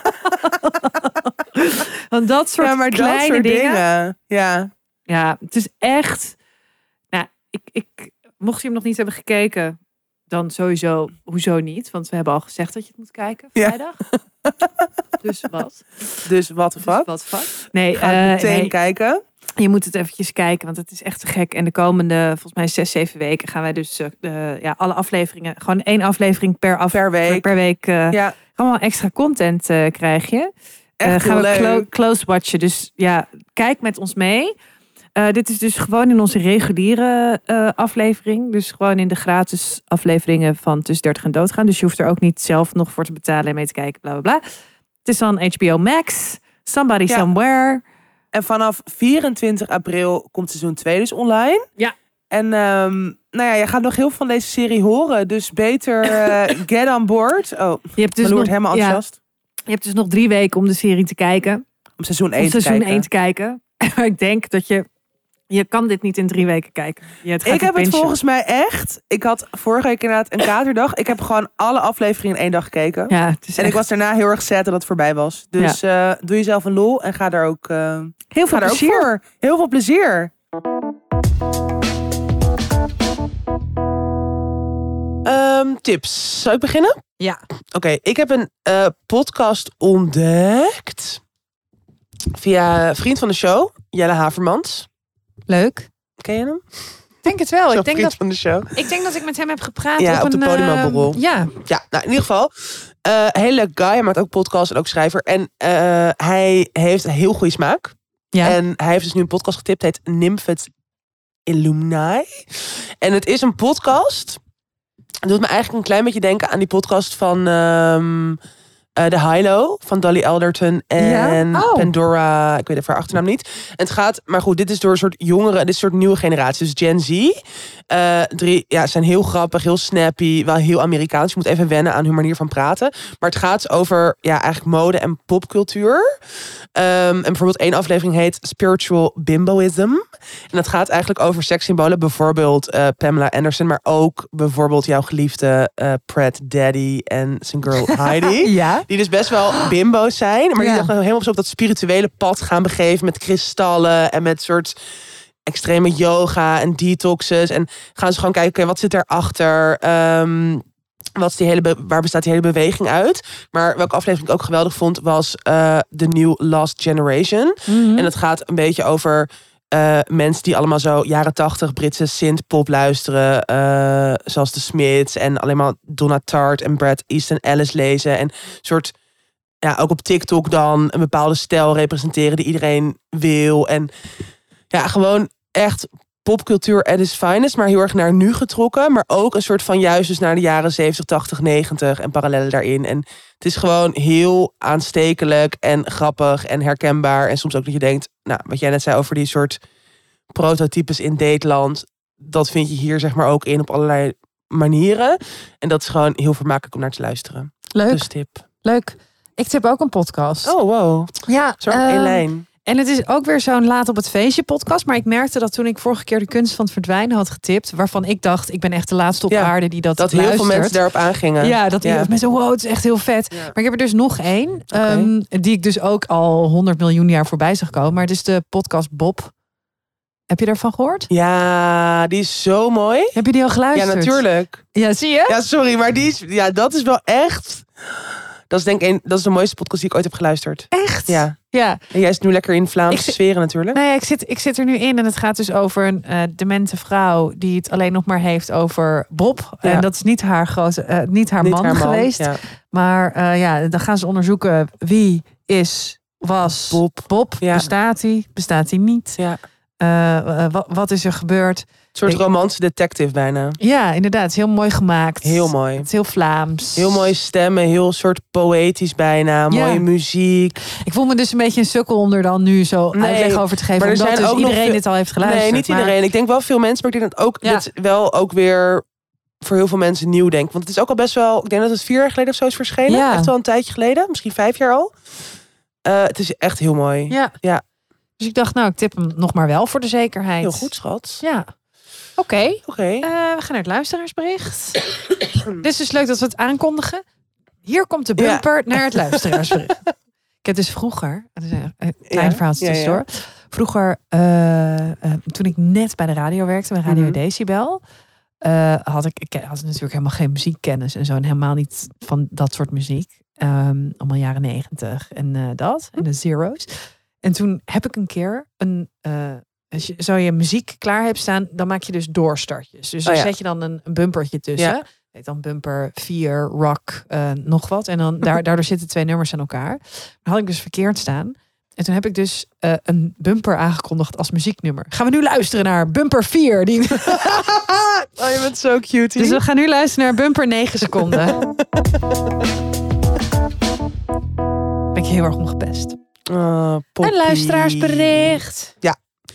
Want dat soort Ja, maar dat kleine soort dingen. dingen. Ja. Ja, het is echt. Nou, ik, ik, mocht je hem nog niet hebben gekeken, dan sowieso, hoezo niet? Want we hebben al gezegd dat je het moet kijken Ja. vrijdag. Dus wat? Dus wat de Dus fuck? wat fuck? Nee, Ga ik eh, meteen nee, kijken. je moet het eventjes kijken, want het is echt te gek. En de komende, volgens mij zes, zeven weken gaan wij dus uh, ja, alle afleveringen, gewoon één aflevering per, af, Per week. per week. Uh, Ja, allemaal extra content uh, krijg je. echt Uh, gaan heel we leuk. clo- close watchen. Dus ja, kijk met ons mee. Uh, dit is dus gewoon in onze reguliere uh, aflevering. Dus gewoon in de gratis afleveringen van Tussen dertig en Doodgaan. Dus je hoeft er ook niet zelf nog voor te betalen en mee te kijken. Bla bla bla. Het is dan H B O Max. Somebody Ja. Somewhere. En vanaf vierentwintig april komt seizoen twee dus online. Ja. En um, nou ja, je gaat nog heel veel van deze serie horen. Dus beter uh, get on board. Oh, Je hebt, dus Malou nog, wordt helemaal ja, enthousiast. je hebt dus nog drie weken om de serie te kijken. Om seizoen één Om te seizoen kijken. één te kijken. Maar ik denk dat je... Je kan dit niet in drie weken kijken. Je, het gaat Ik heb het bingen. volgens mij echt... Ik had vorige week inderdaad een katerdag. Ik heb gewoon alle afleveringen in één dag gekeken. Ja, het is En echt ik was daarna heel erg sad dat het voorbij was. Dus uh, doe jezelf een lol en ga daar ook, uh, heel veel ga daar ook plezier. voor. Heel veel plezier. Um, tips. Zou ik beginnen? Ja. Oké, okay, ik heb een uh, podcast ontdekt via een vriend van de show, Jelle Havermans. Leuk. Ken je hem? Ik denk het wel. Zo'n Ik denk, vriend dat, van de show. ik denk dat ik met hem heb gepraat Ja, op, op de een, Podimo-borrel. Uh, ja. Ja, nou in ieder geval. Uh, hele leuk guy. Hij maakt ook podcast en ook schrijver. En uh, hij heeft een heel goede smaak. Ja. En hij heeft dus nu een podcast getipt. Het heet Nymphet Illumni. En het is een podcast. Het doet me eigenlijk een klein beetje denken aan die podcast van um, uh, The Hilo van Dolly Alderton en ja? oh. Pandora. Ik weet even haar achternaam niet. En het gaat, maar goed, dit is door een soort jongeren, dit is een soort nieuwe generatie. Dus Gen Z. Uh, drie, ja, zijn heel grappig, heel snappy, wel heel Amerikaans. Je moet even wennen aan hun manier van praten. Maar het gaat over ja, eigenlijk mode en popcultuur. Um, en bijvoorbeeld één aflevering heet Spiritual Bimboism. En dat gaat eigenlijk over sekssymbolen. Bijvoorbeeld uh, Pamela Anderson, maar ook bijvoorbeeld jouw geliefde uh, Pratt Daddy en zijn girl Heidi. Ja. Die dus best wel bimbo's zijn. Maar Ja. die dan helemaal op dat spirituele pad gaan begeven met kristallen en met soort extreme yoga en detoxes. En gaan ze gewoon kijken, okay, wat zit erachter? Um, wat is die hele be- waar bestaat die hele beweging uit? Maar welke aflevering ik ook geweldig vond, was uh, The New Lost Generation. Mm-hmm. En het gaat een beetje over uh, mensen die allemaal zo jaren tachtig Britse synth-pop luisteren. Uh, zoals de Smiths en alleen maar Donna Tartt en Brad Easton Ellis lezen. En soort, ja, ook op TikTok dan een bepaalde stijl representeren die iedereen wil. En ja, gewoon echt popcultuur at its finest, maar heel erg naar nu getrokken. Maar ook een soort van juist dus naar de jaren zeventig, tachtig, negentig en parallellen daarin. En het is gewoon heel aanstekelijk en grappig en herkenbaar. En soms ook dat je denkt, nou, wat jij net zei over die soort prototypes in Dateland, dat vind je hier zeg maar ook in op allerlei manieren. En dat is gewoon heel vermakelijk om naar te luisteren. Leuk. Dus tip. Leuk. Ik tip ook een podcast. Oh, wow. Ja. Zo op uh, één lijn. En het is ook weer zo'n Laat op het feestje podcast. Maar ik merkte dat toen ik vorige keer de kunst van het verdwijnen had getipt, waarvan ik dacht, ik ben echt de laatste op Ja, aarde die dat Dat luistert. heel veel mensen daarop aangingen. Ja, dat die Ja. mensen, wow, het is echt heel vet. Ja. Maar ik heb er dus nog één. Okay. Um, die ik dus ook al honderd miljoen jaar voorbij zag komen. Maar het is de podcast Bob. Heb je daarvan gehoord? Ja, die is zo mooi. Heb je die al Ja, geluisterd? natuurlijk. Ja, zie je? Ja, sorry, maar die is, ja, dat is wel echt. Dat is denk ik een, dat is de mooiste podcast die ik ooit heb geluisterd. Echt? Ja. Ja. En jij zit nu lekker in Ik Vlaamse zit- sferen natuurlijk. Nou ja, ik zit, ik zit er nu in en het gaat dus over een uh, demente vrouw die het alleen nog maar heeft over Bob. Ja. En dat is niet haar grote, uh, niet haar Niet man haar man. geweest. Ja. Maar uh, ja, dan gaan ze onderzoeken wie is, was Bob. Bob. Ja. Bestaat hij? Bestaat hij niet? Ja. Uh, uh, wat, wat is er gebeurd? Een soort romance detective bijna. Ja, inderdaad. Het is heel mooi gemaakt. Heel mooi. Het is heel Vlaams. Heel mooie stemmen, heel soort poëtisch bijna. Ja. Mooie muziek. Ik voel me dus een beetje een sukkel om er dan nu zo nee, uitleg over te geven. Maar er omdat zijn dus ook iedereen veel... dit al heeft geluisterd. Nee, niet maar... iedereen. Ik denk wel veel mensen, maar ik denk dat ook ja. dit wel ook weer voor heel veel mensen nieuw denk. Want het is ook al best wel, ik denk dat het vier jaar geleden of zo is verschenen. Ja. Echt wel een tijdje geleden. Misschien vijf jaar al. Uh, het is echt heel mooi. Ja. ja. Dus ik dacht, nou, ik tip hem nog maar wel voor de zekerheid. Heel goed, schat. Ja. Oké. Okay. Okay. Uh, we gaan naar het luisteraarsbericht. Dit is dus leuk dat we het aankondigen. Hier komt de bumper ja. naar het luisteraarsbericht. Ik heb dus vroeger, het is een klein ja. verhaaltje ja, tussendoor. Ja. Vroeger, uh, uh, toen ik net bij de radio werkte, bij Radio mm-hmm. Decibel, uh, had ik, ik had natuurlijk helemaal geen muziekkennis en zo. En helemaal niet van dat soort muziek. Um, allemaal jaren negentig en uh, dat. En de zero's. En toen heb ik een keer een... Uh, als je zo je muziek klaar hebt staan, dan maak je dus doorstartjes. Dus dan oh ja. zet je dan een, een bumpertje tussen. Ja. Heet dan bumper vier, rock, uh, nog wat. En dan daar, daardoor zitten twee nummers aan elkaar. Dan had ik dus verkeerd staan. En toen heb ik dus uh, een bumper aangekondigd als muzieknummer. Gaan we nu luisteren naar bumper vier. Die... oh, je bent zo cute. Dus we gaan nu luisteren naar bumper negen seconden. Ben ik heel erg omgepest. Oh, een luisteraarsbericht. Ja.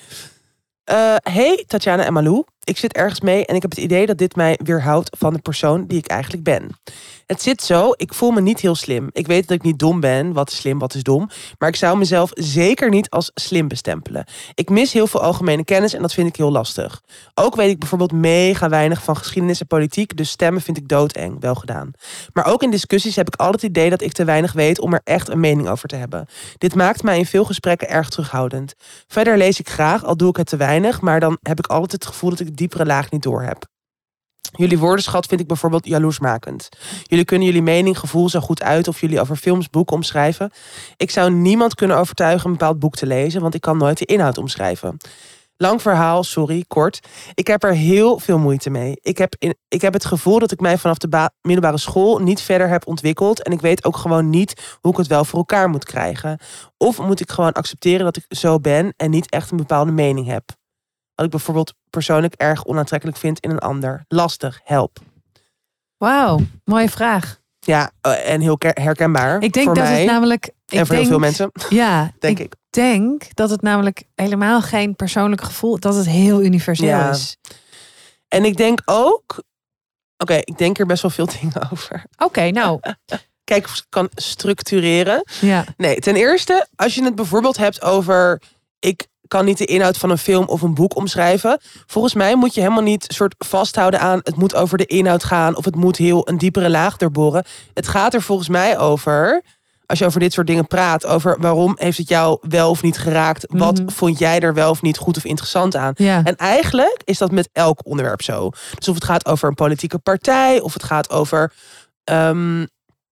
Uh, hey Tatjana en Malou, ik zit ergens mee en ik heb het idee dat dit mij weerhoudt van de persoon die ik eigenlijk ben. Het zit zo, ik voel me niet heel slim. Ik weet dat ik niet dom ben, wat is slim, wat is dom. Maar ik zou mezelf zeker niet als slim bestempelen. Ik mis heel veel algemene kennis en dat vind ik heel lastig. Ook weet ik bijvoorbeeld mega weinig van geschiedenis en politiek, dus stemmen vind ik doodeng, wel gedaan. Maar ook in discussies heb ik altijd het idee dat ik te weinig weet om er echt een mening over te hebben. Dit maakt mij in veel gesprekken erg terughoudend. Verder lees ik graag, al doe ik het te weinig, maar dan heb ik altijd het gevoel dat ik de diepere laag niet door heb. Jullie woordenschat vind ik bijvoorbeeld jaloersmakend. Jullie kunnen jullie mening, gevoel zo goed uit of jullie over films, boeken omschrijven. Ik zou niemand kunnen overtuigen een bepaald boek te lezen, want ik kan nooit de inhoud omschrijven. Lang verhaal, sorry, kort. Ik heb er heel veel moeite mee. Ik heb, in, ik heb het gevoel dat ik mij vanaf de ba- middelbare school niet verder heb ontwikkeld. En ik weet ook gewoon niet hoe ik het wel voor elkaar moet krijgen. Of moet ik gewoon accepteren dat ik zo ben en niet echt een bepaalde mening heb. Wat ik bijvoorbeeld persoonlijk erg onaantrekkelijk vind in een ander. Lastig, help. Wauw, mooie vraag. Ja, en heel herkenbaar. Ik denk voor dat mij. het namelijk... En voor ik heel denk, veel mensen. Ja, denk ik. Ik denk dat het namelijk helemaal geen persoonlijk gevoel... dat het heel universeel ja. is. En ik denk ook... Oké, okay, ik denk er best wel veel dingen over. Oké, okay, nou... Kijk of ik kan structureren. Ja. Nee, ten eerste, als je het bijvoorbeeld hebt over... ik kan niet de inhoud van een film of een boek omschrijven. Volgens mij moet je helemaal niet soort vasthouden aan... het moet over de inhoud gaan of het moet heel een diepere laag doorboren. Het gaat er volgens mij over... als je over dit soort dingen praat... over waarom heeft het jou wel of niet geraakt... wat mm-hmm. vond jij er wel of niet goed of interessant aan. Ja. En eigenlijk is dat met elk onderwerp zo. Dus of het gaat over een politieke partij... of het gaat over... Um,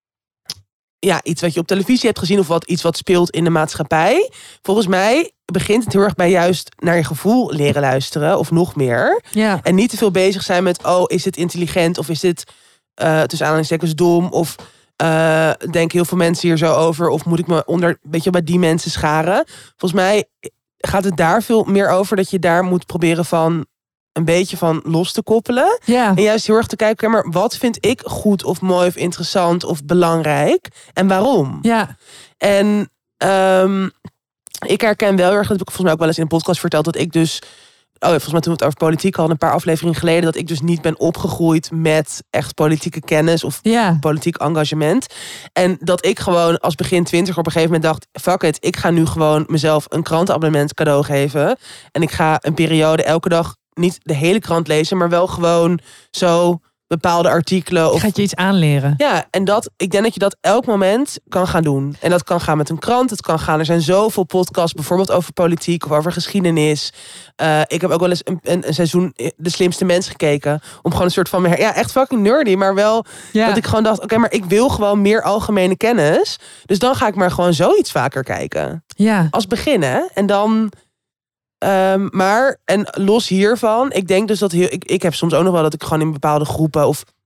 ja, iets wat je op televisie hebt gezien... of wat, iets wat speelt in de maatschappij. Volgens mij begint het heel erg bij juist naar je gevoel leren luisteren... of nog meer. Ja. En niet te veel bezig zijn met... oh, is dit intelligent of is dit uh, tussen aanhalingstekens dom... of uh, denken heel veel mensen hier zo over... of moet ik me onder een beetje bij die mensen scharen. Volgens mij gaat het daar veel meer over... dat je daar moet proberen van... een beetje van los te koppelen. Ja. En juist heel erg te kijken, maar wat vind ik goed of mooi of interessant of belangrijk? En waarom? Ja. En um, ik herken wel erg, dat heb ik volgens mij ook wel eens in een podcast verteld, dat ik dus, oh ja, volgens mij toen we het over politiek hadden, een paar afleveringen geleden, dat ik dus niet ben opgegroeid met echt politieke kennis of ja. politiek engagement. En dat ik gewoon als begin twintig op een gegeven moment dacht, fuck it, ik ga nu gewoon mezelf een krantenabonnement cadeau geven. En ik ga een periode elke dag niet de hele krant lezen, maar wel gewoon zo bepaalde artikelen. Of gaat je iets aanleren. Ja, en dat, ik denk dat je dat elk moment kan gaan doen. En dat kan gaan met een krant, het kan gaan. Er zijn zoveel podcasts, bijvoorbeeld over politiek of over geschiedenis. Uh, ik heb ook wel eens een, een, een seizoen De Slimste Mens gekeken. Om gewoon een soort van, ja, echt fucking nerdy. Maar wel ja. dat ik gewoon dacht, oké, okay, maar ik wil gewoon meer algemene kennis. Dus dan ga ik maar gewoon zoiets vaker kijken. Ja. Als begin, hè. En dan... Um, maar, en los hiervan, ik denk dus dat heel, ik, ik heb soms ook nog wel dat ik gewoon in bepaalde groepen of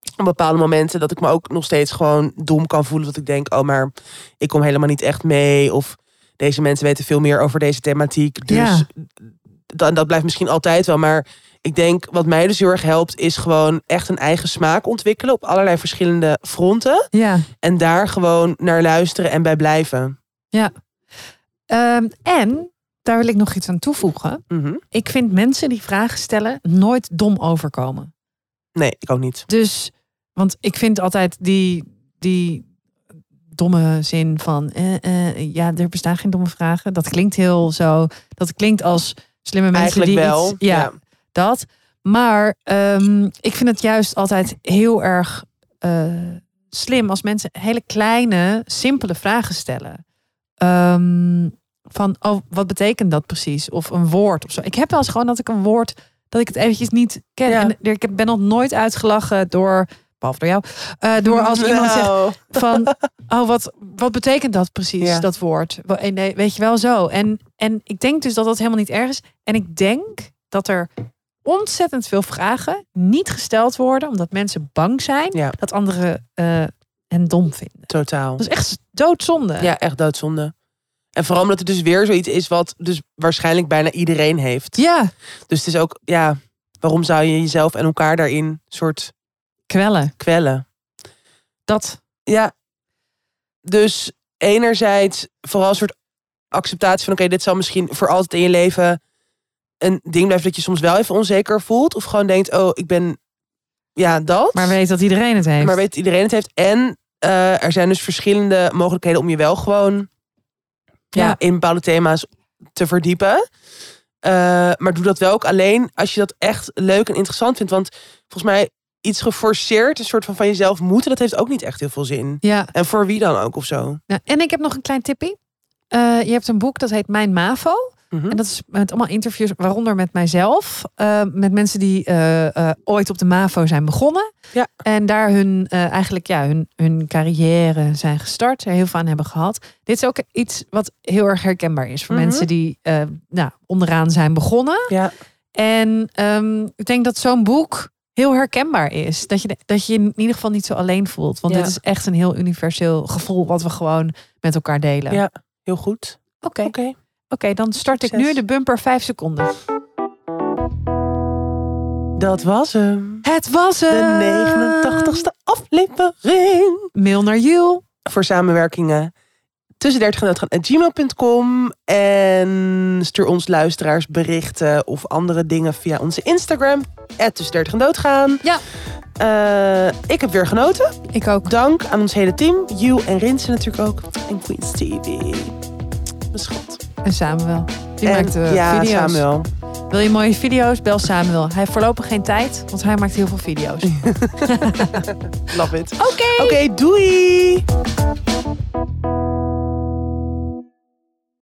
op bepaalde momenten dat ik me ook nog steeds gewoon dom kan voelen. Dat ik denk, oh, maar ik kom helemaal niet echt mee. Of deze mensen weten veel meer over deze thematiek. Dus Ja. dat, dat blijft misschien altijd wel. Maar ik denk, wat mij dus heel erg helpt, is gewoon echt een eigen smaak ontwikkelen op allerlei verschillende fronten. Ja. En daar gewoon naar luisteren en bij blijven. Ja. Um, en daar wil ik nog iets aan toevoegen. Mm-hmm. Ik vind mensen die vragen stellen nooit dom overkomen. Nee, ik ook niet. Dus, want ik vind altijd die, die domme zin van... Eh, uh, ja, er bestaan geen domme vragen. Dat klinkt heel zo... Dat klinkt als slimme mensen Eigenlijk die wel. Iets, ja, ja, dat. Maar um, ik vind het juist altijd heel erg uh, slim... als mensen hele kleine, simpele vragen stellen. Um, van, oh, wat betekent dat precies? Of een woord of zo. Ik heb wel eens gewoon dat ik een woord... dat ik het eventjes niet ken. Ja. En ik ben nog nooit uitgelachen door... behalve door jou... Uh, door als no. iemand zegt van... oh, wat, wat betekent dat precies, Ja. dat woord? Nee, weet je wel zo. En, en ik denk dus dat dat helemaal niet erg is. En ik denk dat er ontzettend veel vragen niet gesteld worden... omdat mensen bang zijn Ja. dat anderen uh, hen dom vinden. Totaal. Dat is echt doodzonde. Ja, echt doodzonde. En vooral omdat het dus weer zoiets is wat dus waarschijnlijk bijna iedereen heeft. Ja, Dus het is ook, ja, waarom zou je jezelf en elkaar daarin soort kwellen. kwellen? Dat. Ja. Dus enerzijds vooral een soort acceptatie van, oké, okay, dit zal misschien voor altijd in je leven een ding blijven dat je soms wel even onzeker voelt. Of gewoon denkt, oh, ik ben, ja, dat. Maar weet dat iedereen het heeft. Maar weet dat iedereen het heeft. En uh, er zijn dus verschillende mogelijkheden om je wel gewoon ja. Ja, in bepaalde thema's te verdiepen. Uh, maar doe dat wel ook alleen als je dat echt leuk en interessant vindt. Want volgens mij iets geforceerd, een soort van van jezelf moeten, dat heeft ook niet echt heel veel zin. Ja. En voor wie dan ook of zo. Ja, en ik heb nog een klein tippie. Uh, je hebt een boek dat heet Mijn MAVO. Mm-hmm. En dat is met allemaal interviews, waaronder met mijzelf. Uh, met mensen die uh, uh, ooit op de MAVO zijn begonnen. Ja. En daar hun, uh, eigenlijk ja, hun, hun carrière zijn gestart. Er heel veel aan hebben gehad. Dit is ook iets wat heel erg herkenbaar is. Voor mm-hmm. mensen die uh, nou, onderaan zijn begonnen. Ja. En um, ik denk dat zo'n boek heel herkenbaar is. Dat je, dat je je in ieder geval niet zo alleen voelt. Want ja. dit is echt een heel universeel gevoel wat we gewoon met elkaar delen. Ja, heel goed. Oké. Okay. Oké, okay, dan start ik nu de bumper vijf seconden. Dat was hem. Het was hem. De negenentachtigste aflevering. Mail naar Jules. Voor samenwerkingen tussen dertig en doodgaan at gmail punt com. En stuur ons luisteraars berichten of andere dingen via onze Instagram. at tussen dertig en doodgaan. Ja. Uh, ik heb weer genoten. Ik ook. Dank aan ons hele team. You en Rinse natuurlijk ook. En Queen Stevie. Mijn schat. En Samuel. Die en, maakt uh, ja, video's. Samuel. Wil je mooie video's? Bel Samuel. Hij heeft voorlopig geen tijd, want hij maakt heel veel video's. Love it. Oké. Okay. Oké, okay, doei.